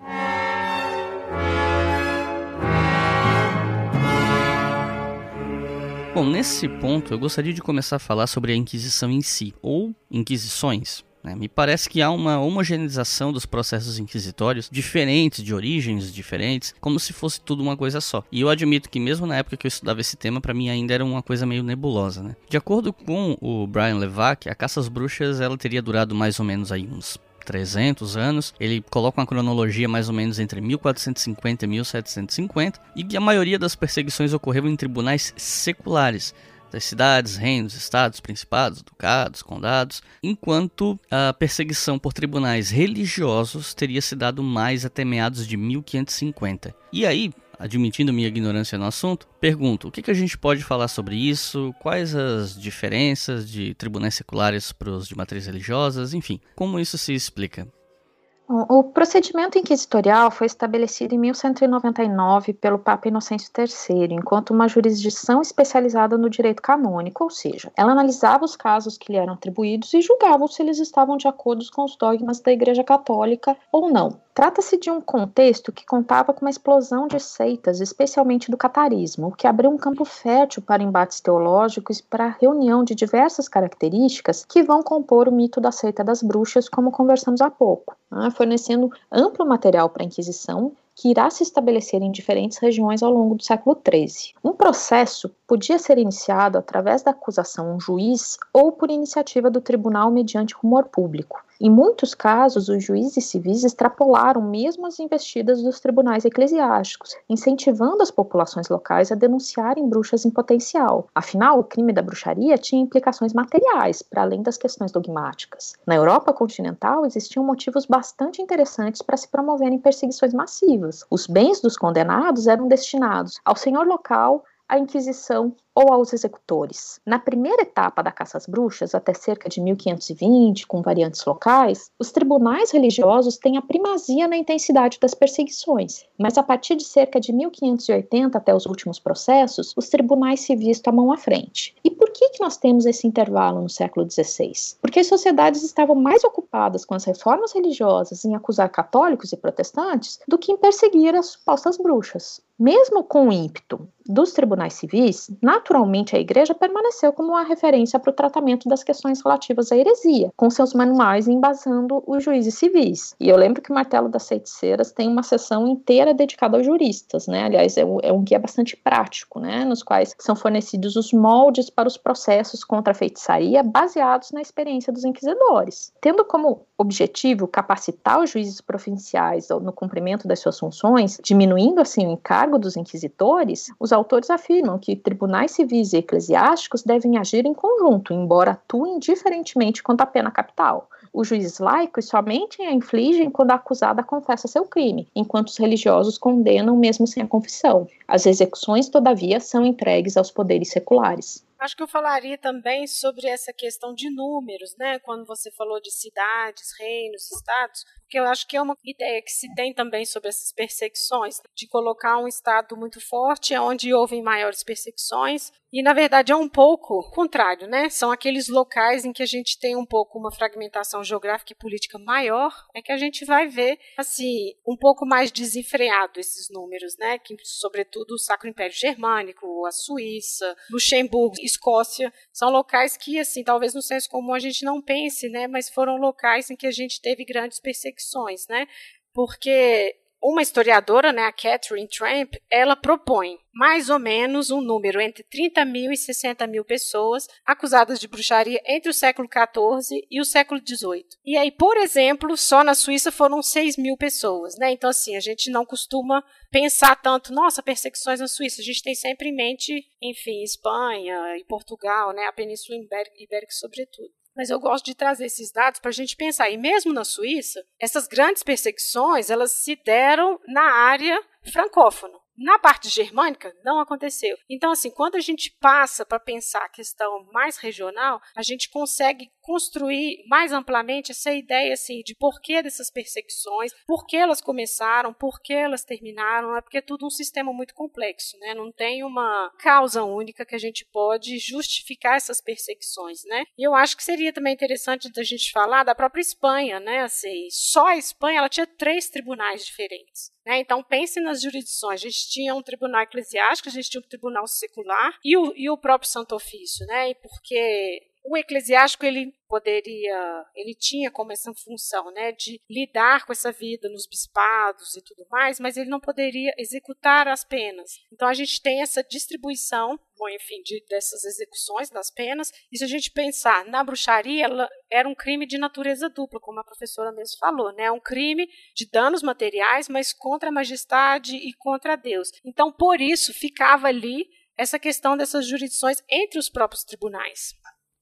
Bom, nesse ponto eu gostaria de começar a falar sobre a Inquisição em si, ou inquisições. Né? Me parece que há uma homogeneização dos processos inquisitórios, diferentes, de origens diferentes, como se fosse tudo uma coisa só. E eu admito que mesmo na época que eu estudava esse tema, para mim ainda era uma coisa meio nebulosa. Né? De acordo com o Brian Levac, a caça às bruxas ela teria durado mais ou menos aí uns trezentos anos. Ele coloca uma cronologia mais ou menos entre mil quatrocentos e cinquenta e mil setecentos e cinquenta, e que a maioria das perseguições ocorreu em tribunais seculares das cidades, reinos, estados, principados, ducados, condados, enquanto a perseguição por tribunais religiosos teria se dado mais até meados de mil quinhentos e cinquenta. E aí, admitindo minha ignorância no assunto, pergunto, o que, que a gente pode falar sobre isso? Quais as diferenças de tribunais seculares para os de matriz religiosas? Enfim, como isso se explica? O procedimento inquisitorial foi estabelecido em mil cento e noventa e nove pelo Papa Inocêncio terceiro, enquanto uma jurisdição especializada no direito canônico, ou seja, ela analisava os casos que lhe eram atribuídos e julgava se eles estavam de acordo com os dogmas da Igreja Católica ou não. Trata-se de um contexto que contava com uma explosão de seitas, especialmente do catarismo, o que abriu um campo fértil para embates teológicos e para a reunião de diversas características que vão compor o mito da seita das bruxas, como conversamos há pouco, né, fornecendo amplo material para a Inquisição, que irá se estabelecer em diferentes regiões ao longo do século treze. Um processo podia ser iniciado através da acusação a um juiz ou por iniciativa do tribunal mediante rumor público. Em muitos casos, os juízes civis extrapolaram mesmo as investidas dos tribunais eclesiásticos, incentivando as populações locais a denunciarem bruxas em potencial. Afinal, o crime da bruxaria tinha implicações materiais, para além das questões dogmáticas. Na Europa continental, existiam motivos bastante interessantes para se promoverem perseguições massivas. Os bens dos condenados eram destinados ao senhor local, à Inquisição ou aos executores. Na primeira etapa da caça às bruxas, até cerca de mil quinhentos e vinte, com variantes locais, os tribunais religiosos têm a primazia na intensidade das perseguições, mas a partir de cerca de mil quinhentos e oitenta até os últimos processos, os tribunais civis tomam a frente. E por que que nós temos esse intervalo no século dezesseis? Porque as sociedades estavam mais ocupadas com as reformas religiosas em acusar católicos e protestantes do que em perseguir as supostas bruxas. Mesmo com o ímpeto dos tribunais civis, naturalmente a Igreja permaneceu como uma referência para o tratamento das questões relativas à heresia, com seus manuais embasando os juízes civis. E eu lembro que o Martelo das Feiticeiras tem uma seção inteira dedicada aos juristas, né? Aliás, é um, é um guia bastante prático, né? Nos quais são fornecidos os moldes para os processos contra a feitiçaria baseados na experiência dos inquisidores. Tendo como objetivo capacitar os juízes provinciais no cumprimento das suas funções, diminuindo assim o encargo dos inquisitores, os autores afirmam que tribunais civis e eclesiásticos devem agir em conjunto, embora atuem diferentemente quanto à pena capital. Os juízes laicos somente a infligem quando a acusada confessa seu crime, enquanto os religiosos condenam mesmo sem a confissão. As execuções, todavia, são entregues aos poderes seculares. Acho que eu falaria também sobre essa questão de números, né? Quando você falou de cidades, reinos, estados, porque eu acho que é uma ideia que se tem também sobre essas perseguições, de colocar um estado muito forte, onde houve maiores perseguições, e na verdade é um pouco o contrário, né? São aqueles locais em que a gente tem um pouco uma fragmentação geográfica e política maior, é que a gente vai ver, assim, um pouco mais desenfreado esses números, né? Que, sobretudo, o Sacro Império Germânico, a Suíça, Luxemburgo, Escócia, são locais que, assim, talvez no senso comum a gente não pense, né? Mas foram locais em que a gente teve grandes perseguições, né? Porque uma historiadora, né, a Catherine Tramp, ela propõe mais ou menos um número entre trinta mil e sessenta mil pessoas acusadas de bruxaria entre o século quatorze e o século dezoito. E aí, por exemplo, só na Suíça foram seis mil pessoas, né? Então, assim, a gente não costuma pensar tanto, nossa, perseguições na Suíça. A gente tem sempre em mente, enfim, Espanha e Portugal, né? A Península Ibérica, sobretudo. Mas eu gosto de trazer esses dados para a gente pensar. E mesmo na Suíça, essas grandes perseguições, elas se deram na área francófona. Na parte germânica, não aconteceu. Então, assim, quando a gente passa para pensar a questão mais regional, a gente consegue construir mais amplamente essa ideia assim, de porquê dessas perseguições, por que elas começaram, por que elas terminaram, é porque é tudo um sistema muito complexo, né? Não tem uma causa única que a gente pode justificar essas perseguições, né? E eu acho que seria também interessante da gente falar da própria Espanha, né? Assim, só a Espanha ela tinha três tribunais diferentes. Né? Então, pense nas jurisdições. A gente tinha um tribunal eclesiástico, a gente tinha um tribunal secular e o, e o próprio Santo Ofício, né? E porque o eclesiástico ele poderia, ele tinha como essa função, né, de lidar com essa vida nos bispados e tudo mais, mas ele não poderia executar as penas. Então a gente tem essa distribuição, bom, enfim, de, dessas execuções das penas. E se a gente pensar na bruxaria, ela era um crime de natureza dupla, como a professora mesmo falou, né, um crime de danos materiais, mas contra a majestade e contra Deus. Então por isso ficava ali essa questão dessas jurisdições entre os próprios tribunais.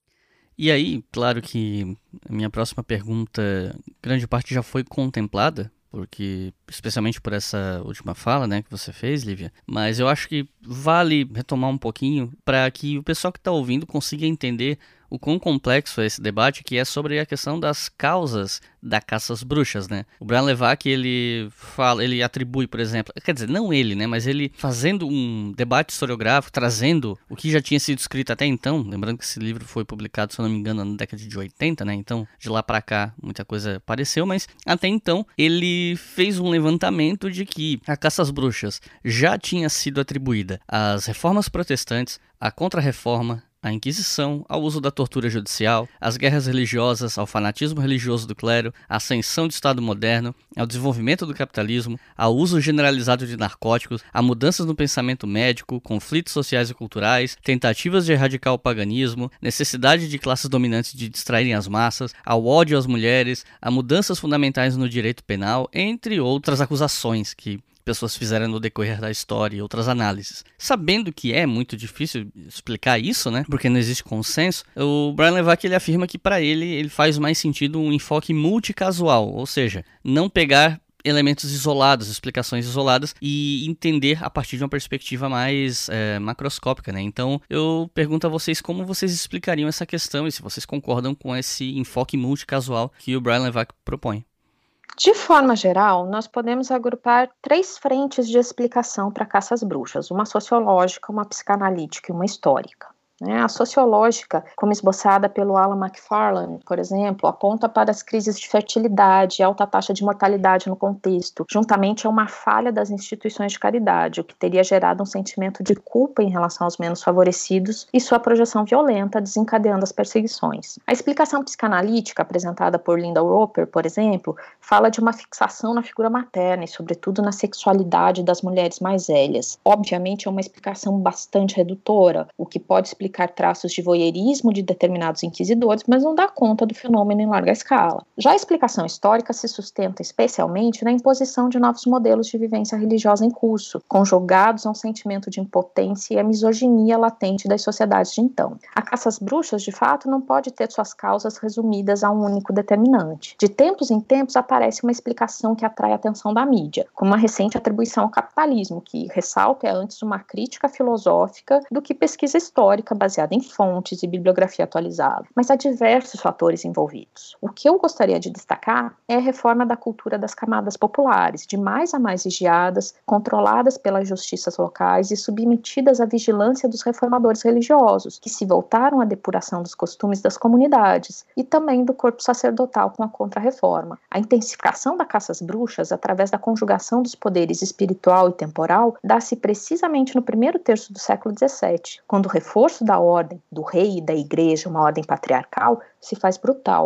E aí, claro que a minha próxima pergunta, grande parte já foi contemplada, porque especialmente por essa última fala, né, que você fez, Lívia, mas eu acho que vale retomar um pouquinho para que o pessoal que está ouvindo consiga entender o quão complexo é esse debate, que é sobre a questão das causas da caça às bruxas, né? O Brian Levac, ele fala, ele atribui, por exemplo, quer dizer, não ele, né, mas ele fazendo um debate historiográfico, trazendo o que já tinha sido escrito até então, lembrando que esse livro foi publicado, se eu não me engano, na década de oitenta, né? Então, de lá para cá, muita coisa apareceu, mas até então ele fez um levantamento de que a caça às bruxas já tinha sido atribuída às reformas protestantes, à Contra-Reforma, à Inquisição, ao uso da tortura judicial, às guerras religiosas, ao fanatismo religioso do clero, à ascensão do Estado moderno, ao desenvolvimento do capitalismo, ao uso generalizado de narcóticos, a mudanças no pensamento médico, conflitos sociais e culturais, tentativas de erradicar o paganismo, necessidade de classes dominantes de distraírem as massas, ao ódio às mulheres, a mudanças fundamentais no direito penal, entre outras acusações que pessoas fizeram no decorrer da história e outras análises. Sabendo que é muito difícil explicar isso, né, porque não existe consenso, o Brian Levac ele afirma que para ele, ele faz mais sentido um enfoque multicasual, ou seja, não pegar elementos isolados, explicações isoladas e entender a partir de uma perspectiva mais é, macroscópica, né? Então eu pergunto a vocês como vocês explicariam essa questão e se vocês concordam com esse enfoque multicasual que o Brian Levac propõe. De forma geral, nós podemos agrupar três frentes de explicação para a caça às bruxas, uma sociológica, uma psicanalítica e uma histórica. A sociológica, como esboçada pelo Alan McFarlane, por exemplo, aponta para as crises de fertilidade e alta taxa de mortalidade no contexto, juntamente a uma falha das instituições de caridade, o que teria gerado um sentimento de culpa em relação aos menos favorecidos e sua projeção violenta, desencadeando as perseguições. A explicação psicanalítica, apresentada por Linda Roper, por exemplo, fala de uma fixação na figura materna e, sobretudo, na sexualidade das mulheres mais velhas. Obviamente, é uma explicação bastante redutora, o que pode explicar traços de voyeurismo de determinados inquisidores, mas não dá conta do fenômeno em larga escala. Já a explicação histórica se sustenta especialmente na imposição de novos modelos de vivência religiosa em curso, conjugados a um sentimento de impotência e a misoginia latente das sociedades de então. A caça às bruxas, de fato, não pode ter suas causas resumidas a um único determinante. De tempos em tempos aparece uma explicação que atrai a atenção da mídia, como uma recente atribuição ao capitalismo, que, ressalto, é antes uma crítica filosófica do que pesquisa histórica baseada em fontes e bibliografia atualizada, mas há diversos fatores envolvidos. O que eu gostaria de destacar é a reforma da cultura das camadas populares, de mais a mais vigiadas, controladas pelas justiças locais e submetidas à vigilância dos reformadores religiosos, que se voltaram à depuração dos costumes das comunidades e também do corpo sacerdotal com a Contra-Reforma. A intensificação da caça às bruxas, através da conjugação dos poderes espiritual e temporal, dá-se precisamente no primeiro terço do século dezessete, quando o reforço da ordem, do rei e da igreja, uma ordem patriarcal, se faz brutal.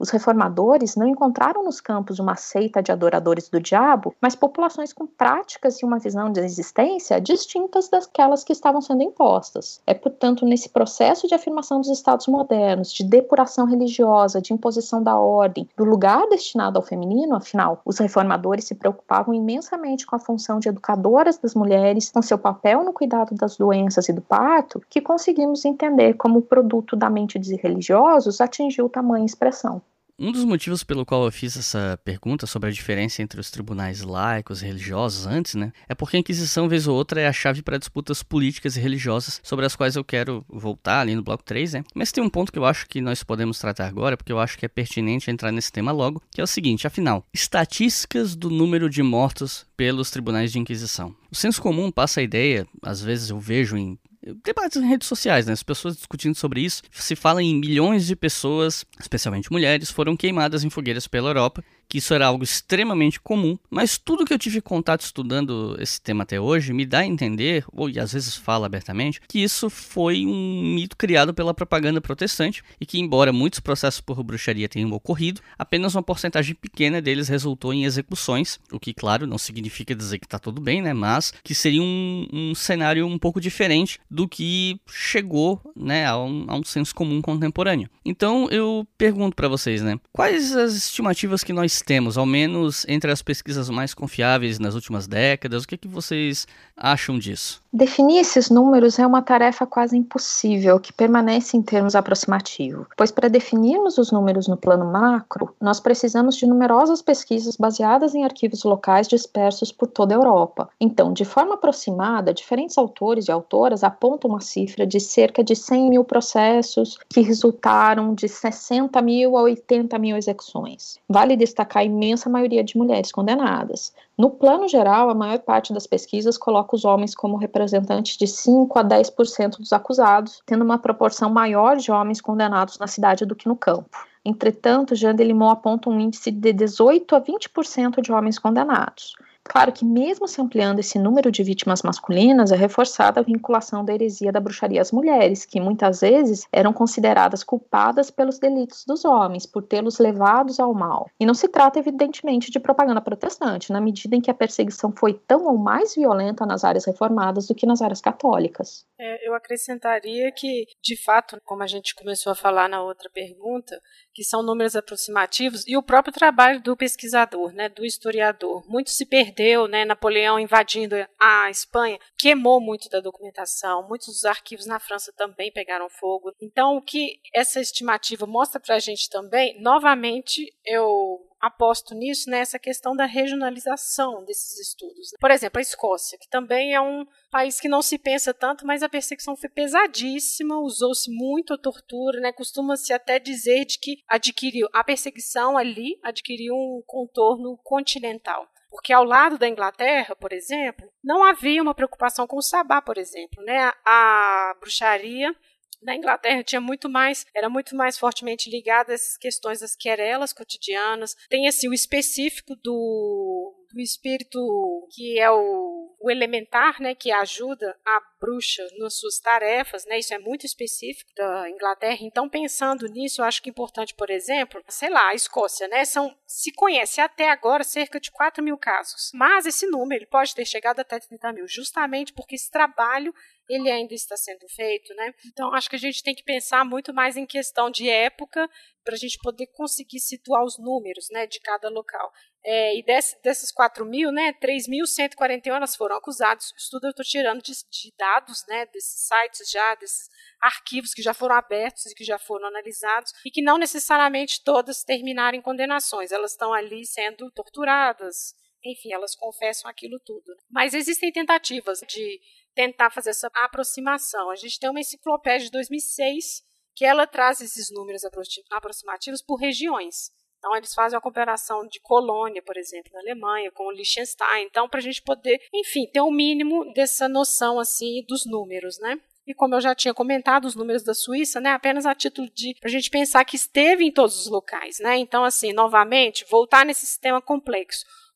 Os reformadores não encontraram nos campos uma seita de adoradores do diabo, mas populações com práticas e uma visão de existência distintas daquelas que estavam sendo impostas. É, portanto, nesse processo de afirmação dos estados modernos, de depuração religiosa, de imposição da ordem, do lugar destinado ao feminino, afinal, os reformadores se preocupavam imensamente com a função de educadoras das mulheres, com seu papel no cuidado das doenças e do parto, que conseguimos entender como o produto da mente de religiosos atingiu tamanha expressão. Um dos motivos pelo qual eu fiz essa pergunta sobre a diferença entre os tribunais laicos e religiosos antes, né, é porque a Inquisição, vez ou outra, é a chave para disputas políticas e religiosas sobre as quais eu quero voltar ali no bloco três, né. Mas tem um ponto que eu acho que nós podemos tratar agora, porque eu acho que é pertinente entrar nesse tema logo, que é o seguinte, afinal, estatísticas do número de mortos pelos tribunais de Inquisição. O senso comum passa a ideia, às vezes eu vejo em debates em redes sociais, né? As pessoas discutindo sobre isso. Se fala em milhões de pessoas, especialmente mulheres, foram queimadas em fogueiras pela Europa, que isso era algo extremamente comum, mas tudo que eu tive contato estudando esse tema até hoje me dá a entender, ou e às vezes fala abertamente, que isso foi um mito criado pela propaganda protestante e que, embora muitos processos por bruxaria tenham ocorrido, apenas uma porcentagem pequena deles resultou em execuções, o que, claro, não significa dizer que está tudo bem, né? Mas que seria um, um cenário um pouco diferente do que chegou, né, a um, a um senso comum contemporâneo. Então eu pergunto para vocês, né, quais as estimativas que nós temos, ao menos entre as pesquisas mais confiáveis nas últimas décadas, o que, que vocês acham disso? Definir esses números é uma tarefa quase impossível, que permanece em termos aproximativos, pois para definirmos os números no plano macro, nós precisamos de numerosas pesquisas baseadas em arquivos locais dispersos por toda a Europa. Então, de forma aproximada, diferentes autores e autoras apontam uma cifra de cerca de cem mil processos que resultaram de sessenta mil a oitenta mil execuções. Vale destacar a imensa maioria de mulheres condenadas. No plano geral, a maior parte das pesquisas coloca os homens como representantes de cinco a dez por cento dos acusados, tendo uma proporção maior de homens condenados na cidade do que no campo. Entretanto, Jean Delimon aponta um índice de dezoito a vinte por cento de homens condenados. Claro que mesmo se ampliando esse número de vítimas masculinas, é reforçada a vinculação da heresia da bruxaria às mulheres, que muitas vezes eram consideradas culpadas pelos delitos dos homens, por tê-los levados ao mal. E não se trata, evidentemente, de propaganda protestante, na medida em que a perseguição foi tão ou mais violenta nas áreas reformadas do que nas áreas católicas. É, eu acrescentaria que, de fato, como a gente começou a falar na outra pergunta, que são números aproximativos, e o próprio trabalho do pesquisador, né, do historiador. Muito se perdeu, né, Napoleão invadindo a Espanha, queimou muito da documentação, muitos dos arquivos na França também pegaram fogo. Então, o que essa estimativa mostra para a gente também, novamente, eu aposto nisso, nessa questão da regionalização desses estudos. Por exemplo, a Escócia, que também é um país que não se pensa tanto, mas a perseguição foi pesadíssima, usou-se muito a tortura, né? Costuma-se até dizer de que adquiriu a perseguição ali adquiriu um contorno continental. Porque ao lado da Inglaterra, por exemplo, não havia uma preocupação com o sabá, por exemplo, né? A, a bruxaria na Inglaterra tinha muito mais, era muito mais fortemente ligada a essas questões das querelas cotidianas. Tem assim o específico do, do espírito que é o, o elementar, né, que ajuda a bruxa nas suas tarefas, né? Isso é muito específico da Inglaterra. Então, pensando nisso, eu acho que é importante, por exemplo, sei lá, a Escócia, né? São, se conhece até agora cerca de quatro mil casos. Mas esse número ele pode ter chegado até trinta mil, justamente porque esse trabalho ele ainda está sendo feito, né? Então, acho que a gente tem que pensar muito mais em questão de época para a gente poder conseguir situar os números, né, de cada local. É, e desse, desses quatro mil, né, três mil cento e quarenta e um elas foram acusadas. O estudo eu estou tirando de, de dados, né, desses sites já, desses arquivos que já foram abertos e que já foram analisados e que não necessariamente todas terminaram em condenações. Elas estão ali sendo torturadas, enfim, elas confessam aquilo tudo. Mas existem tentativas de tentar fazer essa aproximação. A gente tem uma enciclopédia de dois mil e seis que ela traz esses números aproximativos por regiões. Então, eles fazem uma comparação de Colônia, por exemplo, na Alemanha, com o Liechtenstein. Então, para a gente poder, enfim, ter um mínimo dessa noção assim dos números, né? E como eu já tinha comentado, os números da Suíça, né, apenas a título de para a gente pensar que esteve em todos os locais, né? Então, assim, novamente, voltar nesse sistema complexo.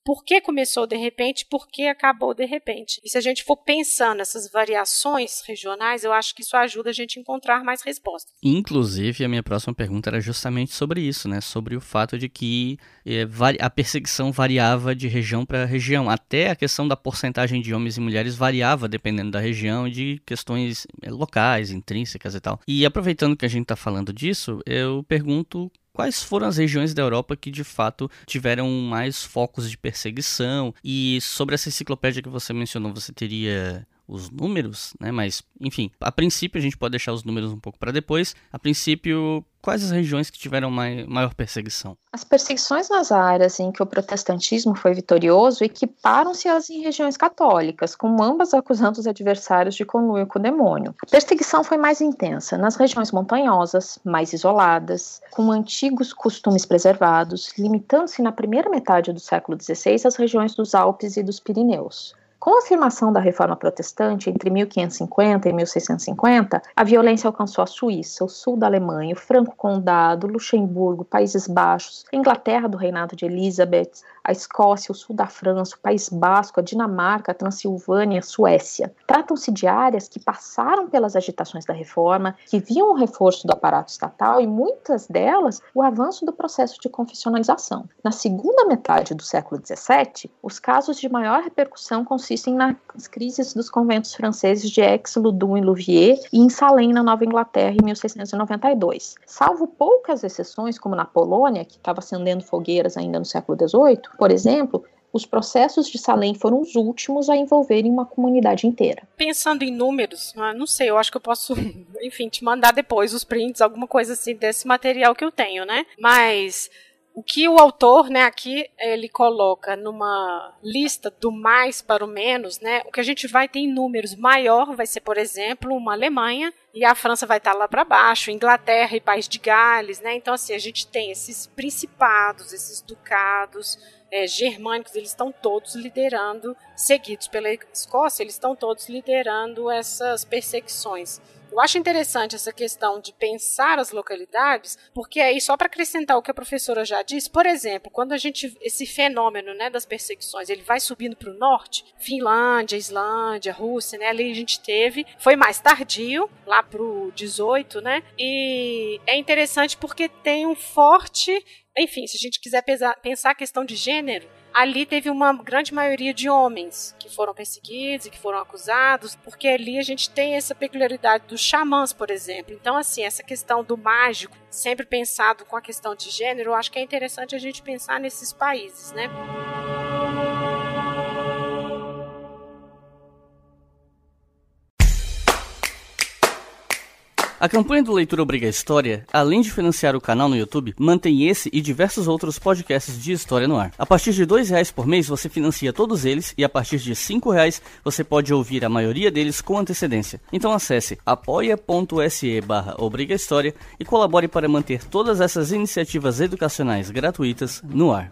por que começou de repente, por que acabou de repente. E se a gente for pensando nessas variações regionais, eu acho que isso ajuda a gente a encontrar mais respostas. Inclusive, a minha próxima pergunta era justamente sobre isso, né? Sobre o fato de que é, a perseguição variava de região para região. Até a questão da porcentagem de homens e mulheres variava dependendo da região, de questões é, locais, intrínsecas e tal. E aproveitando que a gente está falando disso, eu pergunto quais foram as regiões da Europa que de fato tiveram mais focos de perseguição. E sobre essa enciclopédia que você mencionou, você teria os números, né? Mas, enfim, a princípio a gente pode deixar os números um pouco para depois. A princípio, quais as regiões que tiveram mai- maior perseguição? As perseguições nas áreas em que o protestantismo foi vitorioso equiparam-se às em regiões católicas, com ambas acusando os adversários de conluio com o demônio. A perseguição foi mais intensa nas regiões montanhosas, mais isoladas, com antigos costumes preservados, limitando-se na primeira metade do século dezesseis às regiões dos Alpes e dos Pirineus. Com a afirmação da Reforma Protestante entre mil quinhentos e cinquenta e mil seiscentos e cinquenta, a violência alcançou a Suíça, o sul da Alemanha, o Franco Condado, Luxemburgo, Países Baixos, a Inglaterra do reinado de Elizabeth, a Escócia, o sul da França, o País Basco, a Dinamarca, a Transilvânia, a Suécia. Tratam-se de áreas que passaram pelas agitações da Reforma, que viam o reforço do aparato estatal e, muitas delas, o avanço do processo de confessionalização. Na segunda metade do século dezessete, os casos de maior repercussão consistem nas crises dos conventos franceses de Aix, Loudun e Louviers e em Salem, na Nova Inglaterra, em mil seiscentos e noventa e dois. Salvo poucas exceções, como na Polônia, que estava acendendo fogueiras ainda no século dezoito, por exemplo, os processos de Salem foram os últimos a envolverem uma comunidade inteira. Pensando em números, não sei, eu acho que eu posso, enfim, te mandar depois os prints, alguma coisa assim desse material que eu tenho, né? Mas o que o autor, né, aqui ele coloca numa lista do mais para o menos, né? O que a gente vai ter em números maior vai ser, por exemplo, uma Alemanha, e a França vai estar lá para baixo, Inglaterra e País de Gales, né? Então, assim, a gente tem esses principados, esses ducados é, germânicos, eles estão todos liderando, seguidos pela Escócia, eles estão todos liderando essas perseguições. Eu acho interessante essa questão de pensar as localidades, porque aí, só para acrescentar o que a professora já disse, por exemplo, quando a gente, esse fenômeno, né, das perseguições, ele vai subindo para o norte, Finlândia, Islândia, Rússia, né, ali a gente teve, foi mais tardio, lá para o dezoito, né, e é interessante porque tem um forte, enfim, se a gente quiser pesar, pensar a questão de gênero, ali teve uma grande maioria de homens que foram perseguidos e que foram acusados, porque ali a gente tem essa peculiaridade dos xamãs, por exemplo. Então, assim, essa questão do mágico, sempre pensado com a questão de gênero, eu acho que é interessante a gente pensar nesses países, né? A campanha do Leitura Obriga História, além de financiar o canal no YouTube, mantém esse e diversos outros podcasts de história no ar. A partir de dois reais por mês você financia todos eles e a partir de cinco reais você pode ouvir a maioria deles com antecedência. Então acesse apoia.se barra Obriga História e colabore para manter todas essas iniciativas educacionais gratuitas no ar.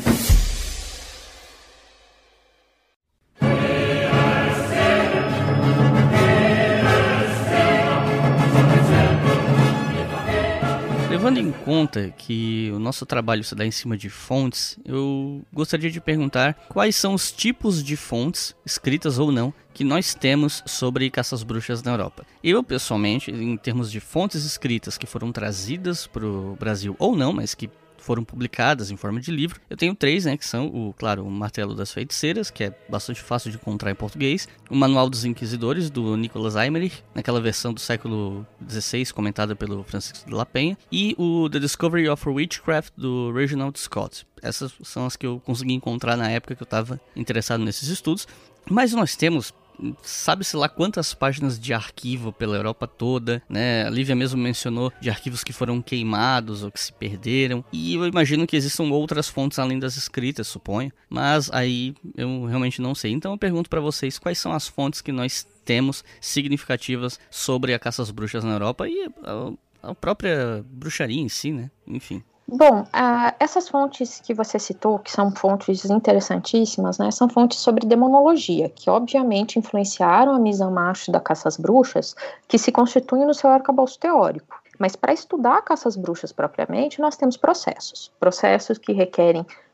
Levando em conta que o nosso trabalho se dá em cima de fontes, eu gostaria de perguntar quais são os tipos de fontes, escritas ou não, que nós temos sobre caças bruxas na Europa. Eu, pessoalmente, em termos de fontes escritas que foram trazidas para o Brasil ou não, mas que foram publicadas em forma de livro, eu tenho três, né, que são, o, claro, o Martelo das Feiticeiras, que é bastante fácil de encontrar em português, o Manual dos Inquisidores, do Nicholas Eymerich, naquela versão do século dezesseis, comentada pelo Francisco de la Penha, e o The Discovery of Witchcraft, do Reginald Scott. Essas são as que eu consegui encontrar na época que eu estava interessado nesses estudos, mas nós temos sabe-se lá quantas páginas de arquivo pela Europa toda, né? A Lívia mesmo mencionou de arquivos que foram queimados ou que se perderam, e eu imagino que existam outras fontes além das escritas, suponho, mas aí eu realmente não sei. Então eu pergunto para vocês quais são as fontes que nós temos significativas sobre a caça às bruxas na Europa e a, a própria bruxaria em si, né? Enfim. Bom, uh, essas fontes que você citou, que são fontes interessantíssimas, né, são fontes sobre demonologia, que obviamente influenciaram a mise-en-marche da caça às bruxas, que se constitui no seu arcabouço teórico. Mas para estudar a caça às bruxas propriamente, nós temos processos. Processos que requerem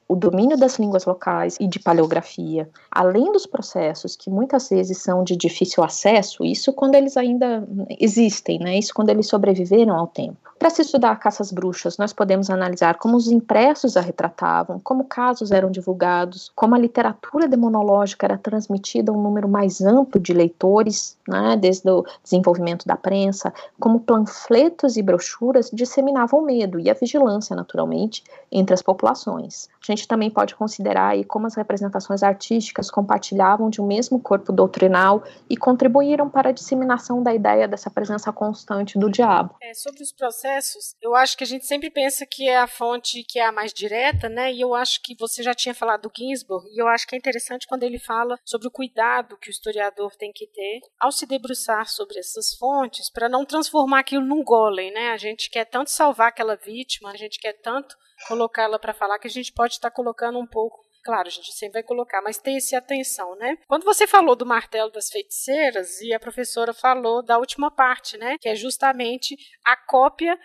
o domínio das línguas locais e de paleografia, além dos processos que muitas vezes são de difícil acesso, isso quando eles ainda existem, né? Isso quando eles sobreviveram ao tempo. Para se estudar a caça às bruxas, nós podemos analisar como os impressos a retratavam, como casos eram divulgados, como a literatura demonológica era transmitida a um número mais amplo de leitores, né, desde o desenvolvimento da prensa, como panfletos e brochuras disseminavam o medo e a vigilância, naturalmente, entre as populações. A gente também pode considerar aí como as representações artísticas compartilhavam de um mesmo corpo doutrinal e contribuíram para a disseminação da ideia dessa presença constante do diabo. É, sobre os processos, eu acho que a gente sempre pensa que é a fonte que é a mais direta, né? E eu acho que você já tinha falado do Ginsburg, e eu acho que é interessante quando ele fala sobre o cuidado que o historiador tem que ter ao se debruçar sobre essas fontes, para não transformar aquilo num golem, né? A gente quer tanto salvar aquela vítima, a gente quer tanto colocá-la para falar que a gente pode estar colocando um pouco. Claro, a gente sempre vai colocar, mas tem essa atenção, né? Quando você falou do martelo das feiticeiras, e a professora falou da última parte, né? Que é justamente a cópia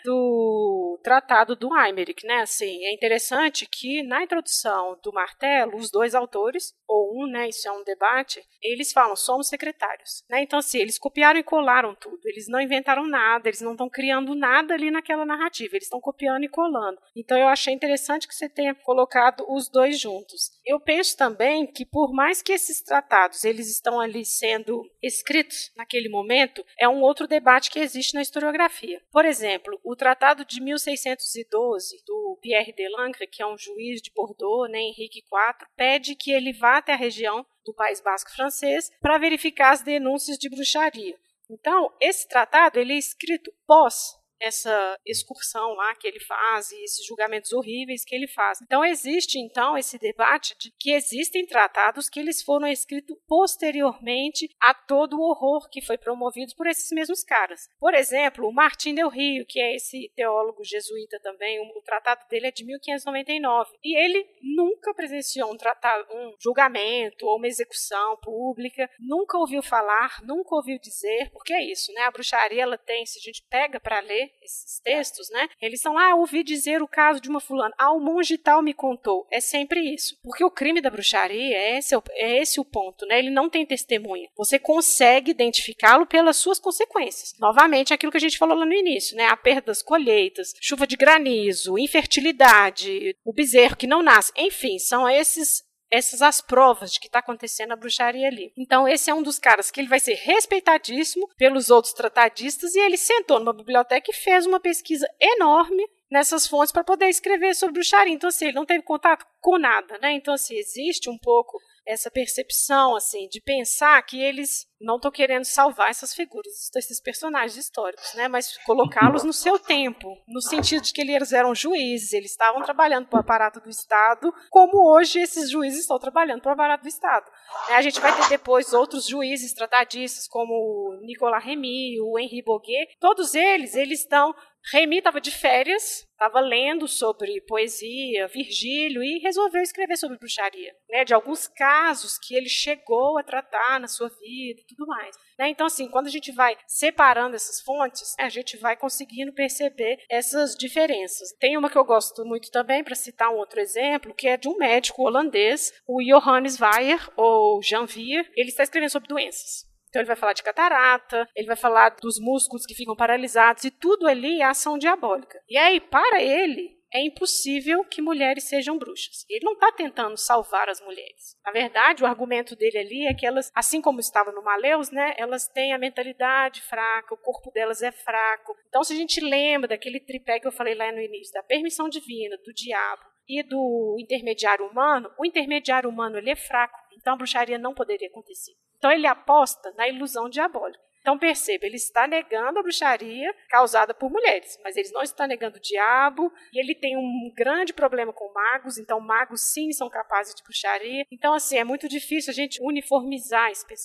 do tratado do Eymerich, né? Assim, é interessante que na introdução do martelo, os dois autores, ou um, né? Isso é um debate, eles falam, somos secretários, né? Então, assim, eles copiaram e colaram tudo, eles não inventaram nada, eles não estão criando nada ali naquela narrativa, eles estão copiando e colando. Então, eu achei interessante que você tenha colocado os dois juntos. Eu penso também que, por mais que esses tratados eles estão ali sendo escritos naquele momento, é um outro debate que existe na historiografia. Por exemplo, o tratado de mil seiscentos e doze, do Pierre de Lancre, que é um juiz de Bordeaux, né, Henrique quatro, pede que ele vá até a região do País Basco francês para verificar as denúncias de bruxaria. Então, esse tratado ele é escrito pós essa excursão lá que ele faz e esses julgamentos horríveis que ele faz. Então, existe, então, esse debate de que existem tratados que eles foram escritos posteriormente a todo o horror que foi promovido por esses mesmos caras. Por exemplo, o Martim del Rio, que é esse teólogo jesuíta também, o tratado dele é de mil quinhentos e noventa e nove, e ele nunca presenciou um, tratado, um julgamento ou uma execução pública, nunca ouviu falar, nunca ouviu dizer, porque é isso, né? A bruxaria, ela tem, se a gente pega para ler esses textos, né? Eles são lá, ah, ouvi dizer o caso de uma fulana, ah, o monge tal me contou. É sempre isso. Porque o crime da bruxaria, é esse, é esse o ponto, né? Ele não tem testemunha. Você consegue identificá-lo pelas suas consequências. Novamente, aquilo que a gente falou lá no início, né? A perda das colheitas, chuva de granizo, infertilidade, o bezerro que não nasce. Enfim, são esses essas as provas de que está acontecendo a bruxaria ali. Então, esse é um dos caras que ele vai ser respeitadíssimo pelos outros tratadistas, e ele sentou numa biblioteca e fez uma pesquisa enorme nessas fontes para poder escrever sobre bruxaria. Então, assim, ele não teve contato com nada, né? Então, assim, existe um pouco essa percepção, assim, de pensar que eles não estão querendo salvar essas figuras, esses personagens históricos, né? Mas colocá-los no seu tempo, no sentido de que eles eram juízes, eles estavam trabalhando para o aparato do Estado, como hoje esses juízes estão trabalhando para o aparato do Estado. A gente vai ter depois outros juízes tratadistas, como o Nicolas Remy, o Henri Boguet, todos eles, eles estão... Remy estava de férias, estava lendo sobre poesia, Virgílio, e resolveu escrever sobre bruxaria, né, de alguns casos que ele chegou a tratar na sua vida e tudo mais. Né? Então, assim, quando a gente vai separando essas fontes, a gente vai conseguindo perceber essas diferenças. Tem uma que eu gosto muito também, para citar um outro exemplo, que é de um médico holandês, o Johannes Weyer, ou Janvier. Ele está escrevendo sobre doenças. Então, ele vai falar de catarata, ele vai falar dos músculos que ficam paralisados, e tudo ali é ação diabólica. E aí, para ele, é impossível que mulheres sejam bruxas. Ele não está tentando salvar as mulheres. Na verdade, o argumento dele ali é que elas, assim como estava no Maleus, né, elas têm a mentalidade fraca, o corpo delas é fraco. Então, se a gente lembra daquele tripé que eu falei lá no início, da permissão divina, do diabo e do intermediário humano, o intermediário humano ele é fraco, então a bruxaria não poderia acontecer. Então, ele aposta na ilusão diabólica. Então, perceba, ele está negando a bruxaria causada por mulheres, mas ele não está negando o diabo, e ele tem um grande problema com magos, então magos sim são capazes de bruxaria. Então, assim, é muito difícil a gente uniformizar esse pensamento.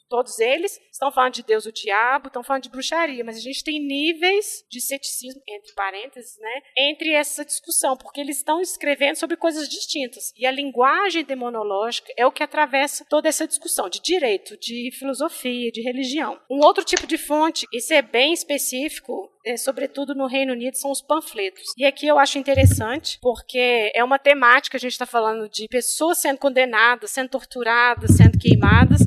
Todos eles estão falando de Deus, o diabo, estão falando de bruxaria, mas a gente tem níveis de ceticismo, entre parênteses, né, entre essa discussão, porque eles estão escrevendo sobre coisas distintas. E a linguagem demonológica é o que atravessa toda essa discussão de direito, de filosofia, de religião. Um outro tipo de fonte, isso é bem específico, é, sobretudo no Reino Unido, são os panfletos. E aqui eu acho interessante, porque é uma temática, a gente está falando de pessoas sendo condenadas, sendo torturadas, sendo queimadas,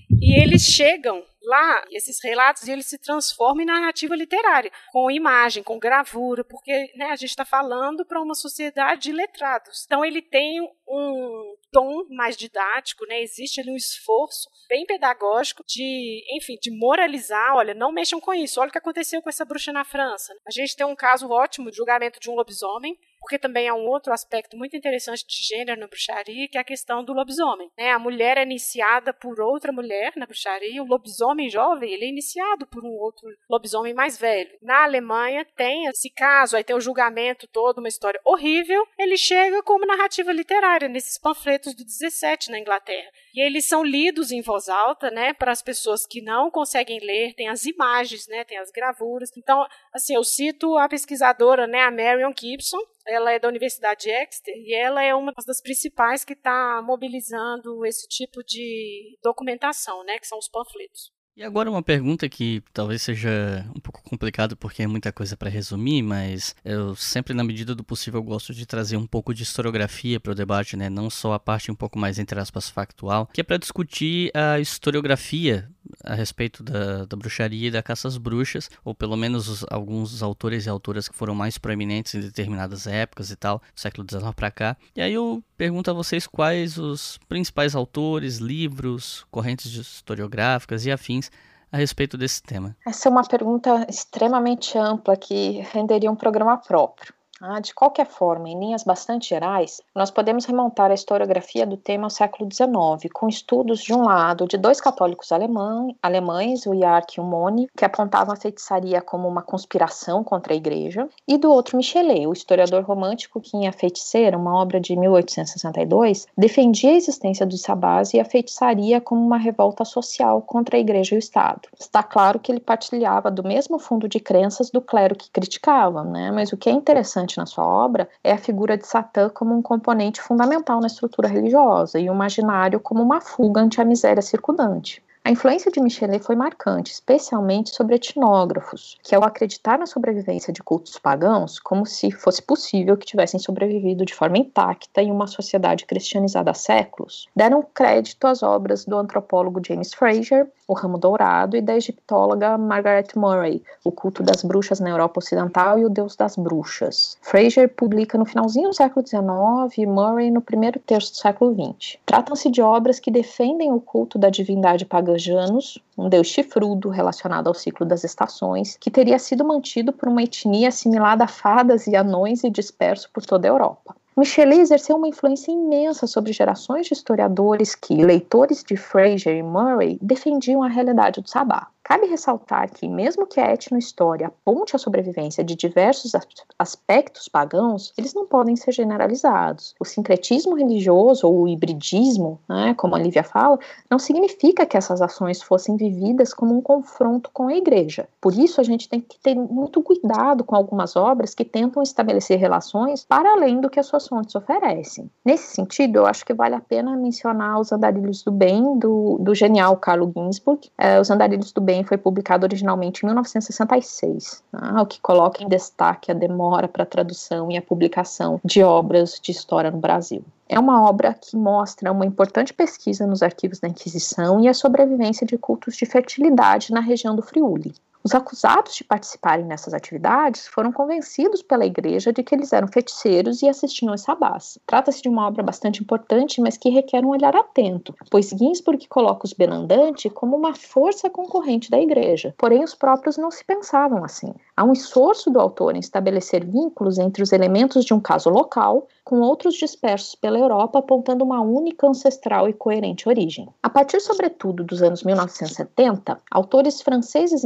e eles chegam lá, esses relatos, e eles se transformam em narrativa literária, com imagem, com gravura, porque, né, a gente está falando para uma sociedade de letrados. Então ele tem um tom mais didático, né? Existe ali um esforço bem pedagógico de, enfim, de moralizar, olha, não mexam com isso, olha o que aconteceu com essa bruxa na França. A gente tem um caso ótimo de julgamento de um lobisomem, porque também há um outro aspecto muito interessante de gênero na bruxaria, que é a questão do lobisomem, né? A mulher é iniciada por outra mulher na bruxaria, o lobisomem jovem, ele é iniciado por um outro lobisomem mais velho. Na Alemanha tem esse caso, aí tem o julgamento todo, uma história horrível, ele chega como narrativa literária, nesses panfletos do dezessete na Inglaterra. E eles são lidos em voz alta, né, para as pessoas que não conseguem ler, tem as imagens, né, tem as gravuras. Então, assim, eu cito a pesquisadora, né, a Marion Gibson, ela é da Universidade de Exeter e ela é uma das principais que está mobilizando esse tipo de documentação, né, que são os panfletos. E agora uma pergunta que talvez seja um pouco complicado porque é muita coisa para resumir, mas eu sempre, na medida do possível, gosto de trazer um pouco de historiografia para o debate, né? Não só a parte um pouco mais, entre aspas, factual, que é para discutir a historiografia a respeito da, da bruxaria e da caça às bruxas, ou pelo menos os, alguns autores e autoras que foram mais proeminentes em determinadas épocas e tal, do século dezenove para cá. E aí eu pergunto a vocês quais os principais autores, livros, correntes historiográficas e afins a respeito desse tema. Essa é uma pergunta extremamente ampla que renderia um programa próprio. Ah, de qualquer forma, em linhas bastante gerais, nós podemos remontar a historiografia do tema ao século dezenove, com estudos, de um lado, de dois católicos alemã, alemães, o Yark e o Moni, que apontavam a feitiçaria como uma conspiração contra a igreja, e do outro Michelet, o historiador romântico que, em A Feiticeira, uma obra de mil oitocentos e sessenta e dois, defendia a existência dos sabás e a feitiçaria como uma revolta social contra a igreja e o Estado. Está claro que ele partilhava do mesmo fundo de crenças do clero que criticava, né? Mas o que é interessante na sua obra é a figura de Satã como um componente fundamental na estrutura religiosa e o imaginário como uma fuga ante a miséria circundante. A influência de Michelet foi marcante, especialmente sobre etnógrafos, que ao acreditar na sobrevivência de cultos pagãos, como se fosse possível que tivessem sobrevivido de forma intacta em uma sociedade cristianizada há séculos, deram crédito às obras do antropólogo James Frazer, O Ramo Dourado, e da egiptóloga Margaret Murray, O Culto das Bruxas na Europa Ocidental e O Deus das Bruxas. Frazer publica no finalzinho do século dezenove e Murray no primeiro terço do século vinte. Tratam-se de obras que defendem o culto da divindade pagã Janus, um deus chifrudo relacionado ao ciclo das estações, que teria sido mantido por uma etnia assimilada a fadas e anões e disperso por toda a Europa. Michelet exerceu uma influência imensa sobre gerações de historiadores que, leitores de Frazer e Murray, defendiam a realidade do sabá. Cabe ressaltar que, mesmo que a etnohistória aponte a sobrevivência de diversos aspectos pagãos, eles não podem ser generalizados. O sincretismo religioso, ou o hibridismo, né, como a Lívia fala, não significa que essas ações fossem vividas como um confronto com a igreja. Por isso, a gente tem que ter muito cuidado com algumas obras que tentam estabelecer relações para além do que as suas fontes oferecem. Nesse sentido, eu acho que vale a pena mencionar Os Andarilhos do Bem, do, do genial Carlo Ginzburg. É, Os Andarilhos do Bem foi publicado originalmente em mil novecentos e sessenta e seis, tá? O que coloca em destaque a demora para a tradução e a publicação de obras de história no Brasil. É uma obra que mostra uma importante pesquisa nos arquivos da Inquisição e a sobrevivência de cultos de fertilidade na região do Friuli. Os acusados de participarem nessas atividades foram convencidos pela igreja de que eles eram feiticeiros e assistiam aos sabás. Trata-se de uma obra bastante importante, mas que requer um olhar atento, pois Ginzburg coloca os Benandante como uma força concorrente da igreja, porém os próprios não se pensavam assim. Há um esforço do autor em estabelecer vínculos entre os elementos de um caso local com outros dispersos pela Europa, apontando uma única ancestral e coerente origem. A partir, sobretudo, dos anos mil novecentos e setenta, autores franceses e ingleses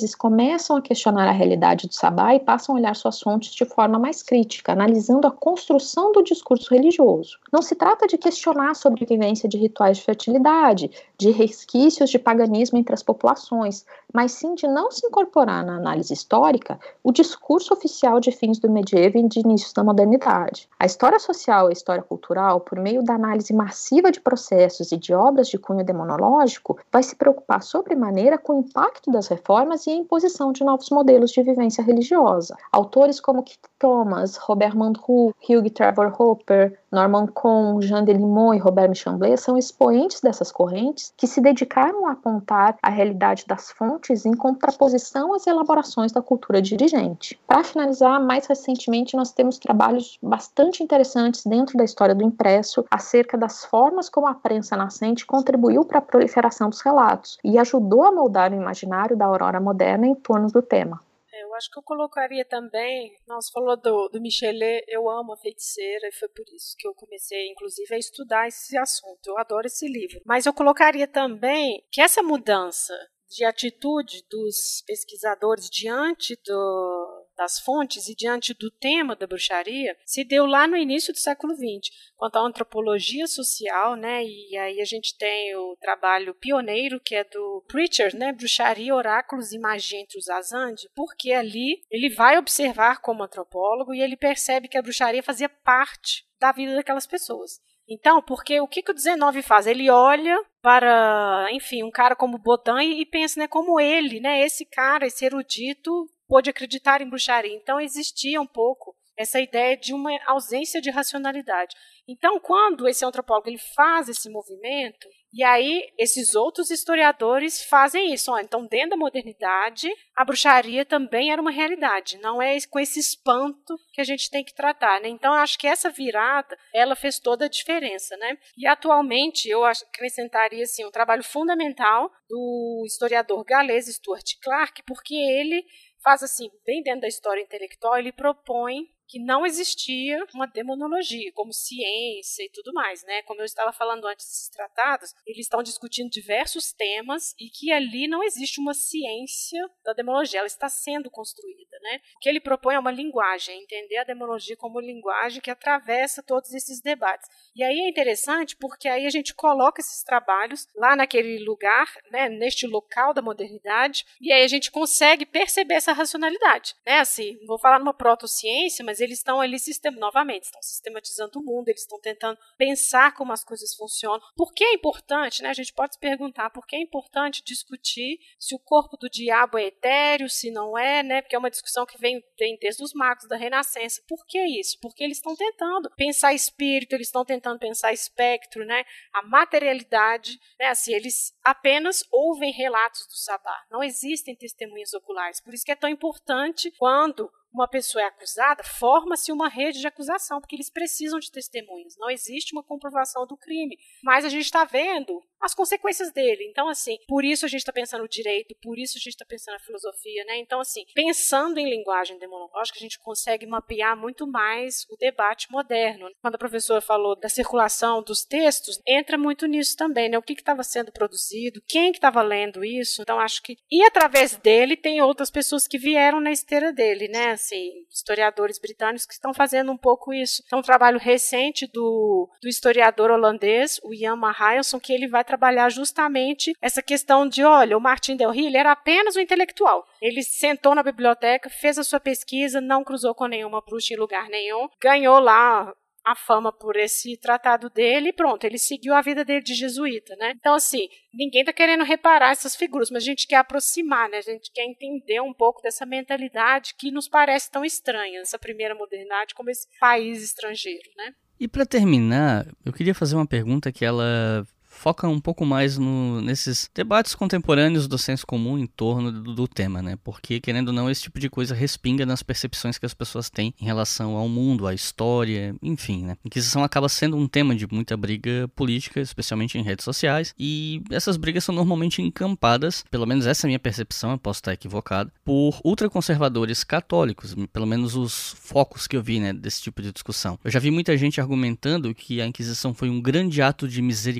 análises começam a questionar a realidade do sabá e passam a olhar suas fontes de forma mais crítica, analisando a construção do discurso religioso. Não se trata de questionar a sobrevivência de rituais de fertilidade, de resquícios de paganismo entre as populações, mas sim de não se incorporar na análise histórica o discurso oficial de fins do medievo e de inícios da modernidade. A história social e a história cultural, por meio da análise massiva de processos e de obras de cunho demonológico, vai se preocupar sobremaneira com o impacto das reformas e a imposição de novos modelos de vivência religiosa. Autores como Keith Thomas, Robert Mandrou, Hugh Trevor Hopper, Norman Cohn, Jean Delimont e Robert Michamblé são expoentes dessas correntes que se dedicaram a apontar a realidade das fontes em contraposição às elaborações da cultura dirigente. Para finalizar, mais recentemente nós temos trabalhos bastante interessantes dentro da história do impresso acerca das formas como a prensa nascente contribuiu para a proliferação dos relatos e ajudou a moldar o imaginário da aurora moderna em torno do tema. Eu acho que eu colocaria também, nós falou do, do Michelet, eu amo A Feiticeira e foi por isso que eu comecei, inclusive, a estudar esse assunto. Eu adoro esse livro. Mas eu colocaria também que essa mudança de atitude dos pesquisadores diante do, das fontes e diante do tema da bruxaria se deu lá no início do século vinte, quanto à antropologia social, né? E aí a gente tem o trabalho pioneiro que é do Preacher, né? Bruxaria, Oráculos e Magia entre os Azande, porque ali ele vai observar como antropólogo e ele percebe que a bruxaria fazia parte da vida daquelas pessoas. Então, porque o que, que o dezenove faz? Ele olha para, enfim, um cara como Bodin e pensa, né, como ele, né, esse cara, esse erudito, pôde acreditar em bruxaria. Então, existia um pouco essa ideia de uma ausência de racionalidade. Então, quando esse antropólogo ele faz esse movimento, e aí esses outros historiadores fazem isso. Ó, então, dentro da modernidade, a bruxaria também era uma realidade. Não é com esse espanto que a gente tem que tratar, né? Então, eu acho que essa virada, ela fez toda a diferença, né? E, atualmente, eu acrescentaria assim, um trabalho fundamental do historiador galês Stuart Clark, porque ele faz assim, bem dentro da história intelectual, ele propõe que não existia uma demonologia como ciência e tudo mais, né? Como eu estava falando antes desses tratados, eles estão discutindo diversos temas e que ali não existe uma ciência da demonologia, ela está sendo construída, né? O que ele propõe é uma linguagem, entender a demonologia como linguagem que atravessa todos esses debates. E aí é interessante porque aí a gente coloca esses trabalhos lá naquele lugar, né? Neste local da modernidade, e aí a gente consegue perceber essa racionalidade, né? Assim, não vou falar numa protociência, mas eles estão ali, sistem... novamente, estão sistematizando o mundo, eles estão tentando pensar como as coisas funcionam. Por que é importante, né? A gente pode se perguntar por que é importante discutir se o corpo do diabo é etéreo, se não é, né? Porque é uma discussão que vem, vem desde os magos da Renascença. Por que isso? Porque eles estão tentando pensar espírito, eles estão tentando pensar espectro, né? A materialidade, né? Assim, eles apenas ouvem relatos do sabá, não existem testemunhas oculares. Por isso que é tão importante quando uma pessoa é acusada, forma-se uma rede de acusação, porque eles precisam de testemunhas. Não existe uma comprovação do crime, mas a gente está vendo as consequências dele. Então, assim, por isso a gente está pensando no direito, por isso a gente está pensando na filosofia, né? Então, assim, pensando em linguagem demonológica, a gente consegue mapear muito mais o debate moderno. Quando a professora falou da circulação dos textos, entra muito nisso também, né? O que estava sendo produzido, quem que estava lendo isso. Então, acho que... E através dele, tem outras pessoas que vieram na esteira dele, né? Assim, historiadores britânicos que estão fazendo um pouco isso. Então, um trabalho recente do, do historiador holandês, o Jan Mahalson, que ele vai trabalhar justamente essa questão de, olha, o Martin Del Rio, ele era apenas um intelectual. Ele sentou na biblioteca, fez a sua pesquisa, não cruzou com nenhuma bruxa em lugar nenhum, ganhou lá a fama por esse tratado dele e pronto, ele seguiu a vida dele de jesuíta, né? Então, assim, ninguém tá querendo reparar essas figuras, mas a gente quer aproximar, né? A gente quer entender um pouco dessa mentalidade que nos parece tão estranha, essa primeira modernidade, como esse país estrangeiro, né? E para terminar, eu queria fazer uma pergunta que ela foca um pouco mais no, nesses debates contemporâneos do senso comum em torno do, do tema, né? Porque, querendo ou não, esse tipo de coisa respinga nas percepções que as pessoas têm em relação ao mundo, à história, enfim, né? Inquisição acaba sendo um tema de muita briga política, especialmente em redes sociais, e essas brigas são normalmente encampadas, pelo menos essa é a minha percepção, eu posso estar equivocado, por ultraconservadores católicos, pelo menos os focos que eu vi, né, desse tipo de discussão. Eu já vi muita gente argumentando que a Inquisição foi um grande ato de misericórdia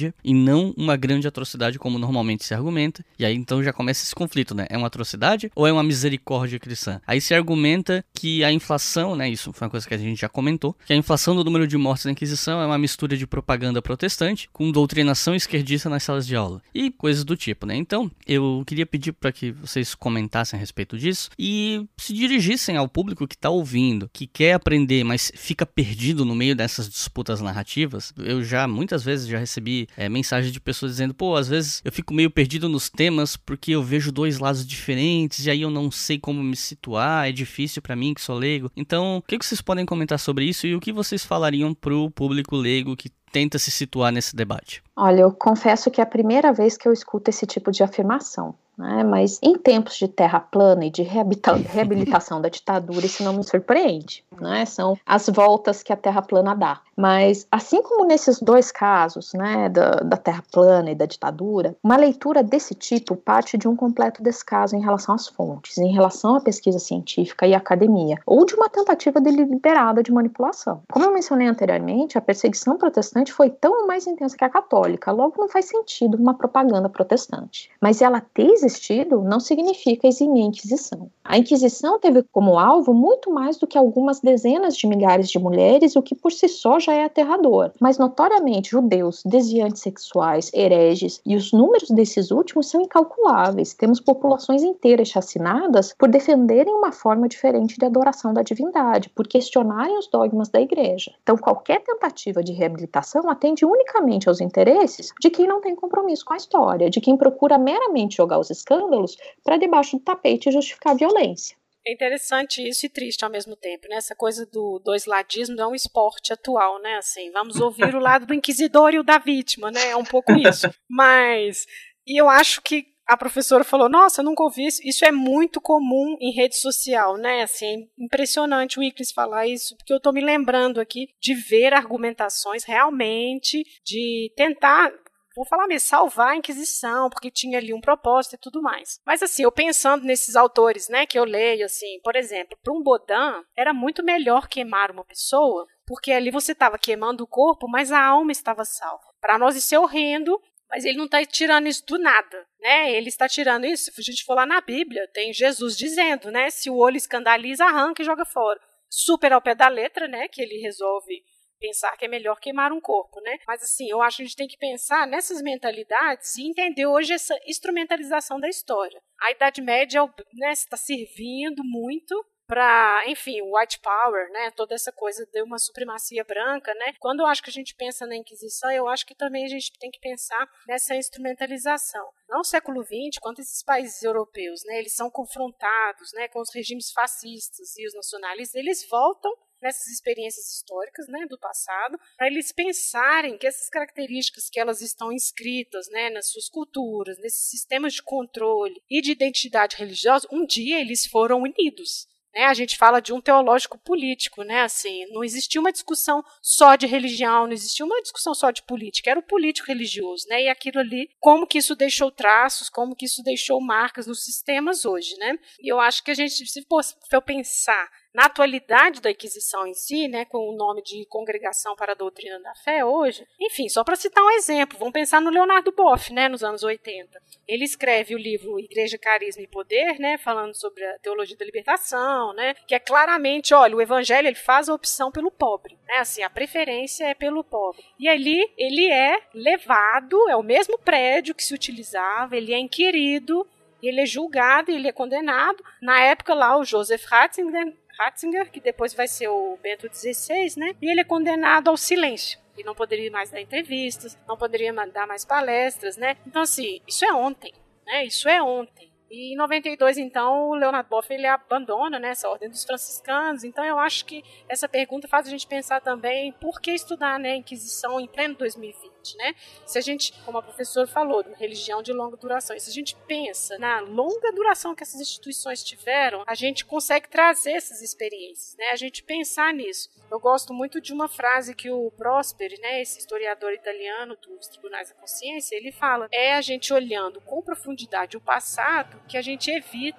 igreja e não uma grande atrocidade como normalmente se argumenta. E aí então já começa esse conflito, né? É uma atrocidade ou é uma misericórdia cristã? Aí se argumenta que a inflação, né? Isso foi uma coisa que a gente já comentou, que a inflação do número de mortes na Inquisição é uma mistura de propaganda protestante com doutrinação esquerdista nas salas de aula e coisas do tipo, né? Então eu queria pedir para que vocês comentassem a respeito disso e se dirigissem ao público que está ouvindo, que quer aprender, mas fica perdido no meio dessas disputas narrativas. Eu já, muitas vezes, já recebi é, mensagens de pessoas dizendo, pô, às vezes eu fico meio perdido nos temas porque eu vejo dois lados diferentes e aí eu não sei como me situar, é difícil para mim que sou leigo. Então, o que vocês podem comentar sobre isso e o que vocês falariam pro público leigo que tenta se situar nesse debate? Olha, eu confesso que é a primeira vez que eu escuto esse tipo de afirmação, né? Mas em tempos de terra plana e de reabita- reabilitação da ditadura, isso não me surpreende, né? São as voltas que a terra plana dá. Mas, assim como nesses dois casos, né, da, da terra plana e da ditadura, uma leitura desse tipo parte de um completo descaso em relação às fontes, em relação à pesquisa científica e à academia, ou de uma tentativa deliberada de manipulação. Como eu mencionei anteriormente, a perseguição protestante foi tão mais intensa que a católica, logo não faz sentido uma propaganda protestante. Mas ela ter existido não significa eximir a Inquisição. A Inquisição teve como alvo muito mais do que algumas dezenas de milhares de mulheres, o que por si só já é aterrador. Mas notoriamente judeus, desviantes sexuais, hereges, e os números desses últimos são incalculáveis. Temos populações inteiras chacinadas por defenderem uma forma diferente de adoração da divindade, por questionarem os dogmas da igreja. Então qualquer tentativa de reabilitação atende unicamente aos interesses de quem não tem compromisso com a história, de quem procura meramente jogar os escândalos para debaixo do tapete e justificar a violência. É interessante isso e triste ao mesmo tempo, né? Essa coisa do dois-ladismo é um esporte atual, né? Assim, vamos ouvir o lado do inquisidor e o da vítima, né? É um pouco isso. Mas, e eu acho que a professora falou, nossa, eu nunca ouvi isso. Isso é muito comum em rede social, né? Assim, é impressionante o Iclis falar isso, porque eu estou me lembrando aqui de ver argumentações realmente, de tentar... Vou falar mesmo, salvar a Inquisição, porque tinha ali um propósito e tudo mais. Mas assim, eu pensando nesses autores, né, que eu leio, assim, por exemplo, para um Baudin, era muito melhor queimar uma pessoa, porque ali você estava queimando o corpo, mas a alma estava salva. Para nós isso é horrendo, mas ele não está tirando isso do nada, né? Ele está tirando isso, se a gente for lá na Bíblia, tem Jesus dizendo, né, se o olho escandaliza, arranca e joga fora. Super ao pé da letra, né, que ele resolve pensar que é melhor queimar um corpo, né? Mas assim, eu acho que a gente tem que pensar nessas mentalidades e entender hoje essa instrumentalização da história. A Idade Média, né, está servindo muito para, enfim, o white power, né, toda essa coisa de uma supremacia branca, né? Quando eu acho que a gente pensa na Inquisição, eu acho que também a gente tem que pensar nessa instrumentalização. Não no século vinte, quanto esses países europeus, né, eles são confrontados, né, com os regimes fascistas e os nacionalistas, eles voltam nessas experiências históricas, né, do passado, para eles pensarem que essas características que elas estão inscritas, né, nas suas culturas, nesses sistemas de controle e de identidade religiosa, um dia eles foram unidos. Né, a gente fala de um teológico político, né, assim, não existia uma discussão só de religião, não existia uma discussão só de política, era o político religioso, né, e aquilo ali, como que isso deixou traços, como que isso deixou marcas nos sistemas hoje, né, e eu acho que a gente, se for pensar na atualidade da Inquisição em si, né, com o nome de Congregação para a Doutrina da Fé hoje, enfim, só para citar um exemplo, vamos pensar no Leonardo Boff, né, nos anos oitenta. Ele escreve o livro Igreja, Carisma e Poder, né, falando sobre a teologia da libertação, né, que é claramente, olha, o evangelho ele faz a opção pelo pobre, né, assim, a preferência é pelo pobre. E ali ele é levado, é o mesmo prédio que se utilizava, ele é inquirido, ele é julgado, ele é condenado. Na época lá o Joseph Ratzinger, Ratzinger, que depois vai ser o Bento dezesseis, né? E ele é condenado ao silêncio. Ele não poderia mais dar entrevistas, não poderia dar mais palestras, né? Então, assim, isso é ontem, né? Isso é ontem. E em noventa e dois, então, o Leonardo Boff ele abandona, né, essa ordem dos franciscanos. Então, eu acho que essa pergunta faz a gente pensar também por que estudar, né, a Inquisição em pleno dois mil e vinte, né? Se a gente, como a professora falou, de religião de longa duração, e se a gente pensa na longa duração que essas instituições tiveram, a gente consegue trazer essas experiências, né? A gente pensar nisso. Eu gosto muito de uma frase que o Prosperi, né, esse historiador italiano dos Tribunais da Consciência, ele fala, é a gente olhando com profundidade o passado que a gente evita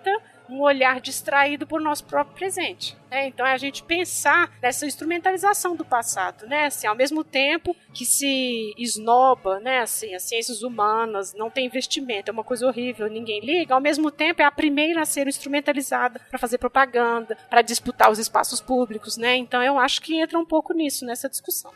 um olhar distraído por nosso próprio presente. Né? Então é a gente pensar nessa instrumentalização do passado, né? Assim, ao mesmo tempo que se esnoba, né? Assim, as ciências humanas, não tem investimento, é uma coisa horrível, ninguém liga, ao mesmo tempo é a primeira a ser instrumentalizada para fazer propaganda, para disputar os espaços públicos, né? Então eu acho que entra um pouco nisso, nessa discussão.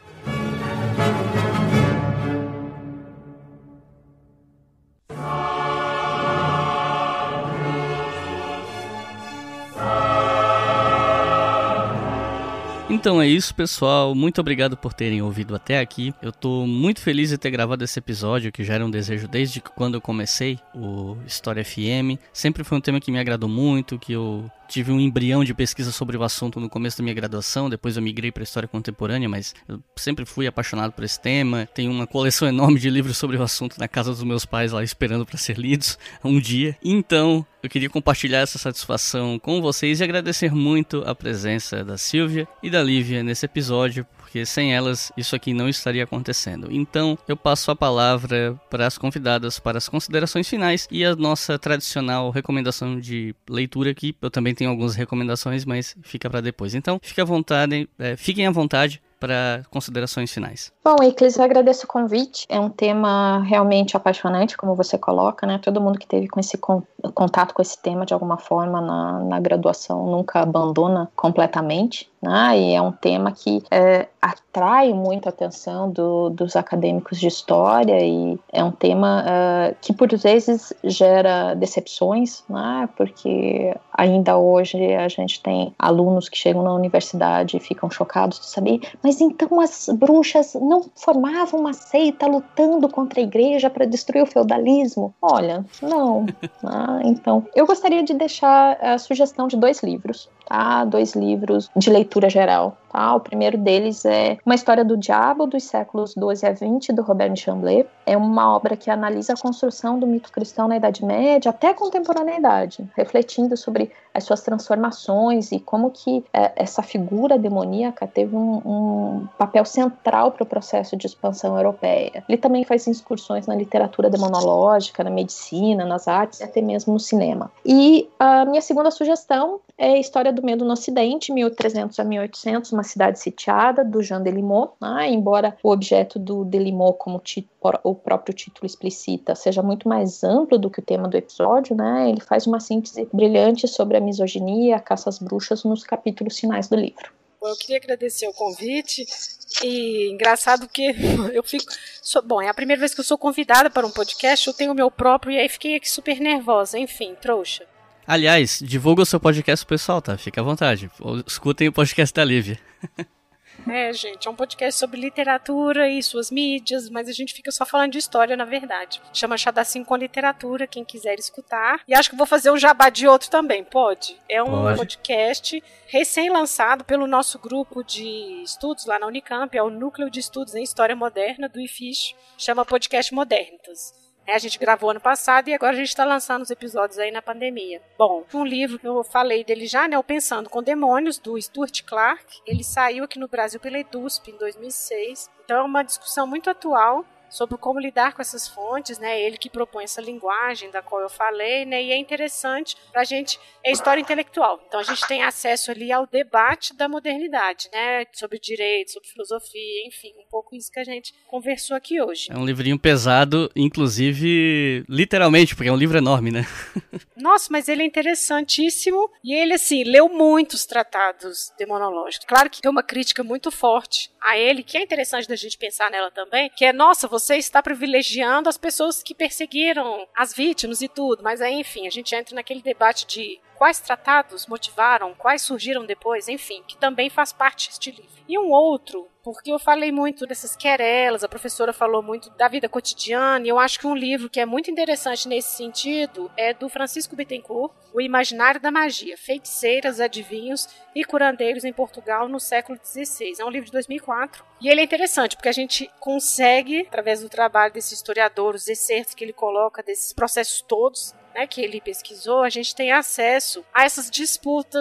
Então é isso, pessoal. Muito obrigado por terem ouvido até aqui. Eu tô muito feliz de ter gravado esse episódio, que já era um desejo desde quando eu comecei o História F M. Sempre foi um tema que me agradou muito, que eu tive um embrião de pesquisa sobre o assunto no começo da minha graduação, depois eu migrei para História Contemporânea, mas eu sempre fui apaixonado por esse tema. Tenho uma coleção enorme de livros sobre o assunto na casa dos meus pais lá, esperando para ser lidos um dia. Então, eu queria compartilhar essa satisfação com vocês e agradecer muito a presença da Silvia e da Lívia nesse episódio, porque sem elas isso aqui não estaria acontecendo. Então, eu passo a palavra para as convidadas para as considerações finais e a nossa tradicional recomendação de leitura aqui. Eu também tenho algumas recomendações, mas fica para depois. Então, fique à vontade, é, fiquem à vontade para considerações finais. Bom, Iclis, eu agradeço o convite. É um tema realmente apaixonante, como você coloca, né? Todo mundo que teve com esse con- contato com esse tema de alguma forma na, na graduação nunca abandona completamente, né? E é um tema que é, atrai muito a atenção do, dos acadêmicos de história e é um tema uh, que por vezes gera decepções, né? Porque ainda hoje a gente tem alunos que chegam na universidade e ficam chocados de saber, mas então as bruxas não formavam uma seita lutando contra a igreja para destruir o feudalismo? Olha, não. Ah, então, eu gostaria de deixar a sugestão de dois livros, tá? Dois livros de leitura geral. Tá? O primeiro deles é Uma História do Diabo, dos séculos doze a vinte, do Robert Michamblet. É uma obra que analisa a construção do mito cristão na Idade Média até a contemporaneidade, refletindo sobre as suas transformações e como que é, essa figura demoníaca teve um, um papel central para o processo de expansão europeia. Ele também faz excursões na literatura demonológica, na medicina, nas artes e até mesmo no cinema. E a minha segunda sugestão é a História do Medo no Ocidente, mil e trezentos a mil e oitocentos, uma cidade sitiada, do Jean Delimot. Né? Embora o objeto do Delimot, como ti- o próprio título explicita, seja muito mais amplo do que o tema do episódio, né? Ele faz uma síntese brilhante sobre a misoginia e a caça às bruxas nos capítulos finais do livro. Eu queria agradecer o convite e engraçado que eu fico... Sou, bom, é a primeira vez que eu sou convidada para um podcast, eu tenho o meu próprio e aí fiquei aqui super nervosa, enfim, trouxa. Aliás, divulga o seu podcast pro pessoal, tá? Fica à vontade. Escutem o podcast da Lívia. É, gente, é um podcast sobre literatura e suas mídias, mas a gente fica só falando de história, na verdade. Chama Xadacim com Literatura, quem quiser escutar. E acho que vou fazer um jabá de outro também, pode? É um pode. podcast recém-lançado pelo nosso grupo de estudos lá na Unicamp, é o Núcleo de Estudos em História Moderna do I F I S H, chama Podcast Modernitas. É, a gente gravou ano passado e agora a gente está lançando os episódios aí na pandemia. Bom, um livro que eu falei dele já, né, o Pensando com Demônios, do Stuart Clark. Ele saiu aqui no Brasil pela EDUSP em dois mil e seis. Então é uma discussão muito atual sobre como lidar com essas fontes, né? Ele que propõe essa linguagem da qual eu falei, né? E é interessante pra gente, é história intelectual. Então a gente tem acesso ali ao debate da modernidade, né? Sobre direito, sobre filosofia, enfim, um pouco isso que a gente conversou aqui hoje. É um livrinho pesado, inclusive, literalmente, porque é um livro enorme, né? Nossa, mas ele é interessantíssimo e ele, assim, leu muitos tratados demonológicos. Claro que tem uma crítica muito forte a ele, que é interessante da gente pensar nela também, que é, nossa, você está privilegiando as pessoas que perseguiram as vítimas e tudo, mas aí, enfim, a gente entra naquele debate de quais tratados motivaram, quais surgiram depois, enfim, que também faz parte deste livro. E um outro, porque eu falei muito dessas querelas, a professora falou muito da vida cotidiana, e eu acho que um livro que é muito interessante nesse sentido é do Francisco Bittencourt, O Imaginário da Magia, Feiticeiras, Adivinhos e Curandeiros em Portugal no século dezesseis. É um livro de dois mil e quatro, e ele é interessante, porque a gente consegue, através do trabalho desse historiador, os excertos que ele coloca desses processos todos, né, que ele pesquisou, a gente tem acesso a essas disputas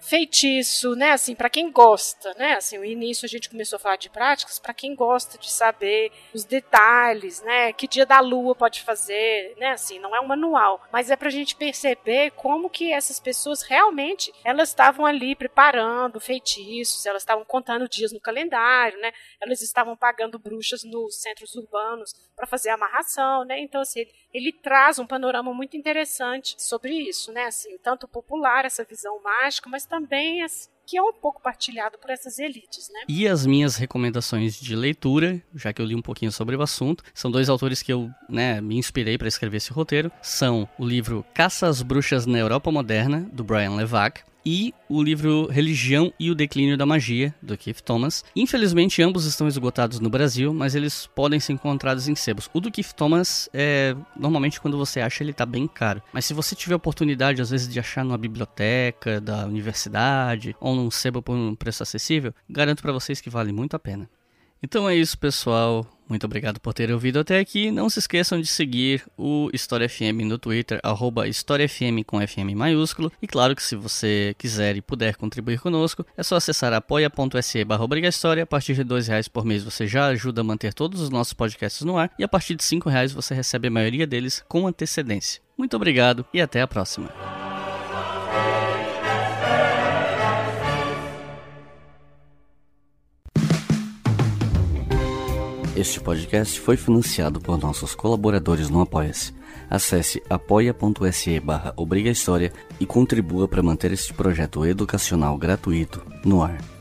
feitiço, né, assim, para quem gosta, né, assim, no início a gente começou a falar de práticas, para quem gosta de saber os detalhes, né, que dia da lua pode fazer, né, assim, não é um manual, mas é pra gente perceber como que essas pessoas realmente, elas estavam ali preparando feitiços, elas estavam contando dias no calendário, né, elas estavam pagando bruxas nos centros urbanos para fazer amarração, né, então, assim, ele, ele traz um panorama muito interessante sobre isso, né, assim, tanto popular, essa visão mágica, mas também que é um pouco partilhado por essas elites, né? E as minhas recomendações de leitura, já que eu li um pouquinho sobre o assunto, são dois autores que eu, né, me inspirei para escrever esse roteiro, são o livro Caça às Bruxas na Europa Moderna, do Brian Levac, e o livro Religião e o Declínio da Magia, do Keith Thomas. Infelizmente, ambos estão esgotados no Brasil, mas eles podem ser encontrados em sebos. O do Keith Thomas, é, normalmente quando você acha, ele tá bem caro. Mas se você tiver oportunidade, às vezes, de achar numa biblioteca da universidade, ou num sebo por um preço acessível, garanto para vocês que vale muito a pena. Então é isso, pessoal. Muito obrigado por terem ouvido até aqui. Não se esqueçam de seguir o História F M no Twitter, arroba História F M com F M maiúsculo. E claro que se você quiser e puder contribuir conosco, é só acessar apoia.se barra obrigahistória. A partir de dois reais por mês você já ajuda a manter todos os nossos podcasts no ar. E a partir de cinco reais você recebe a maioria deles com antecedência. Muito obrigado e até a próxima. Este podcast foi financiado por nossos colaboradores no Apoia-se. Acesse apoia.se barra obrigahistória e contribua para manter este projeto educacional gratuito no ar.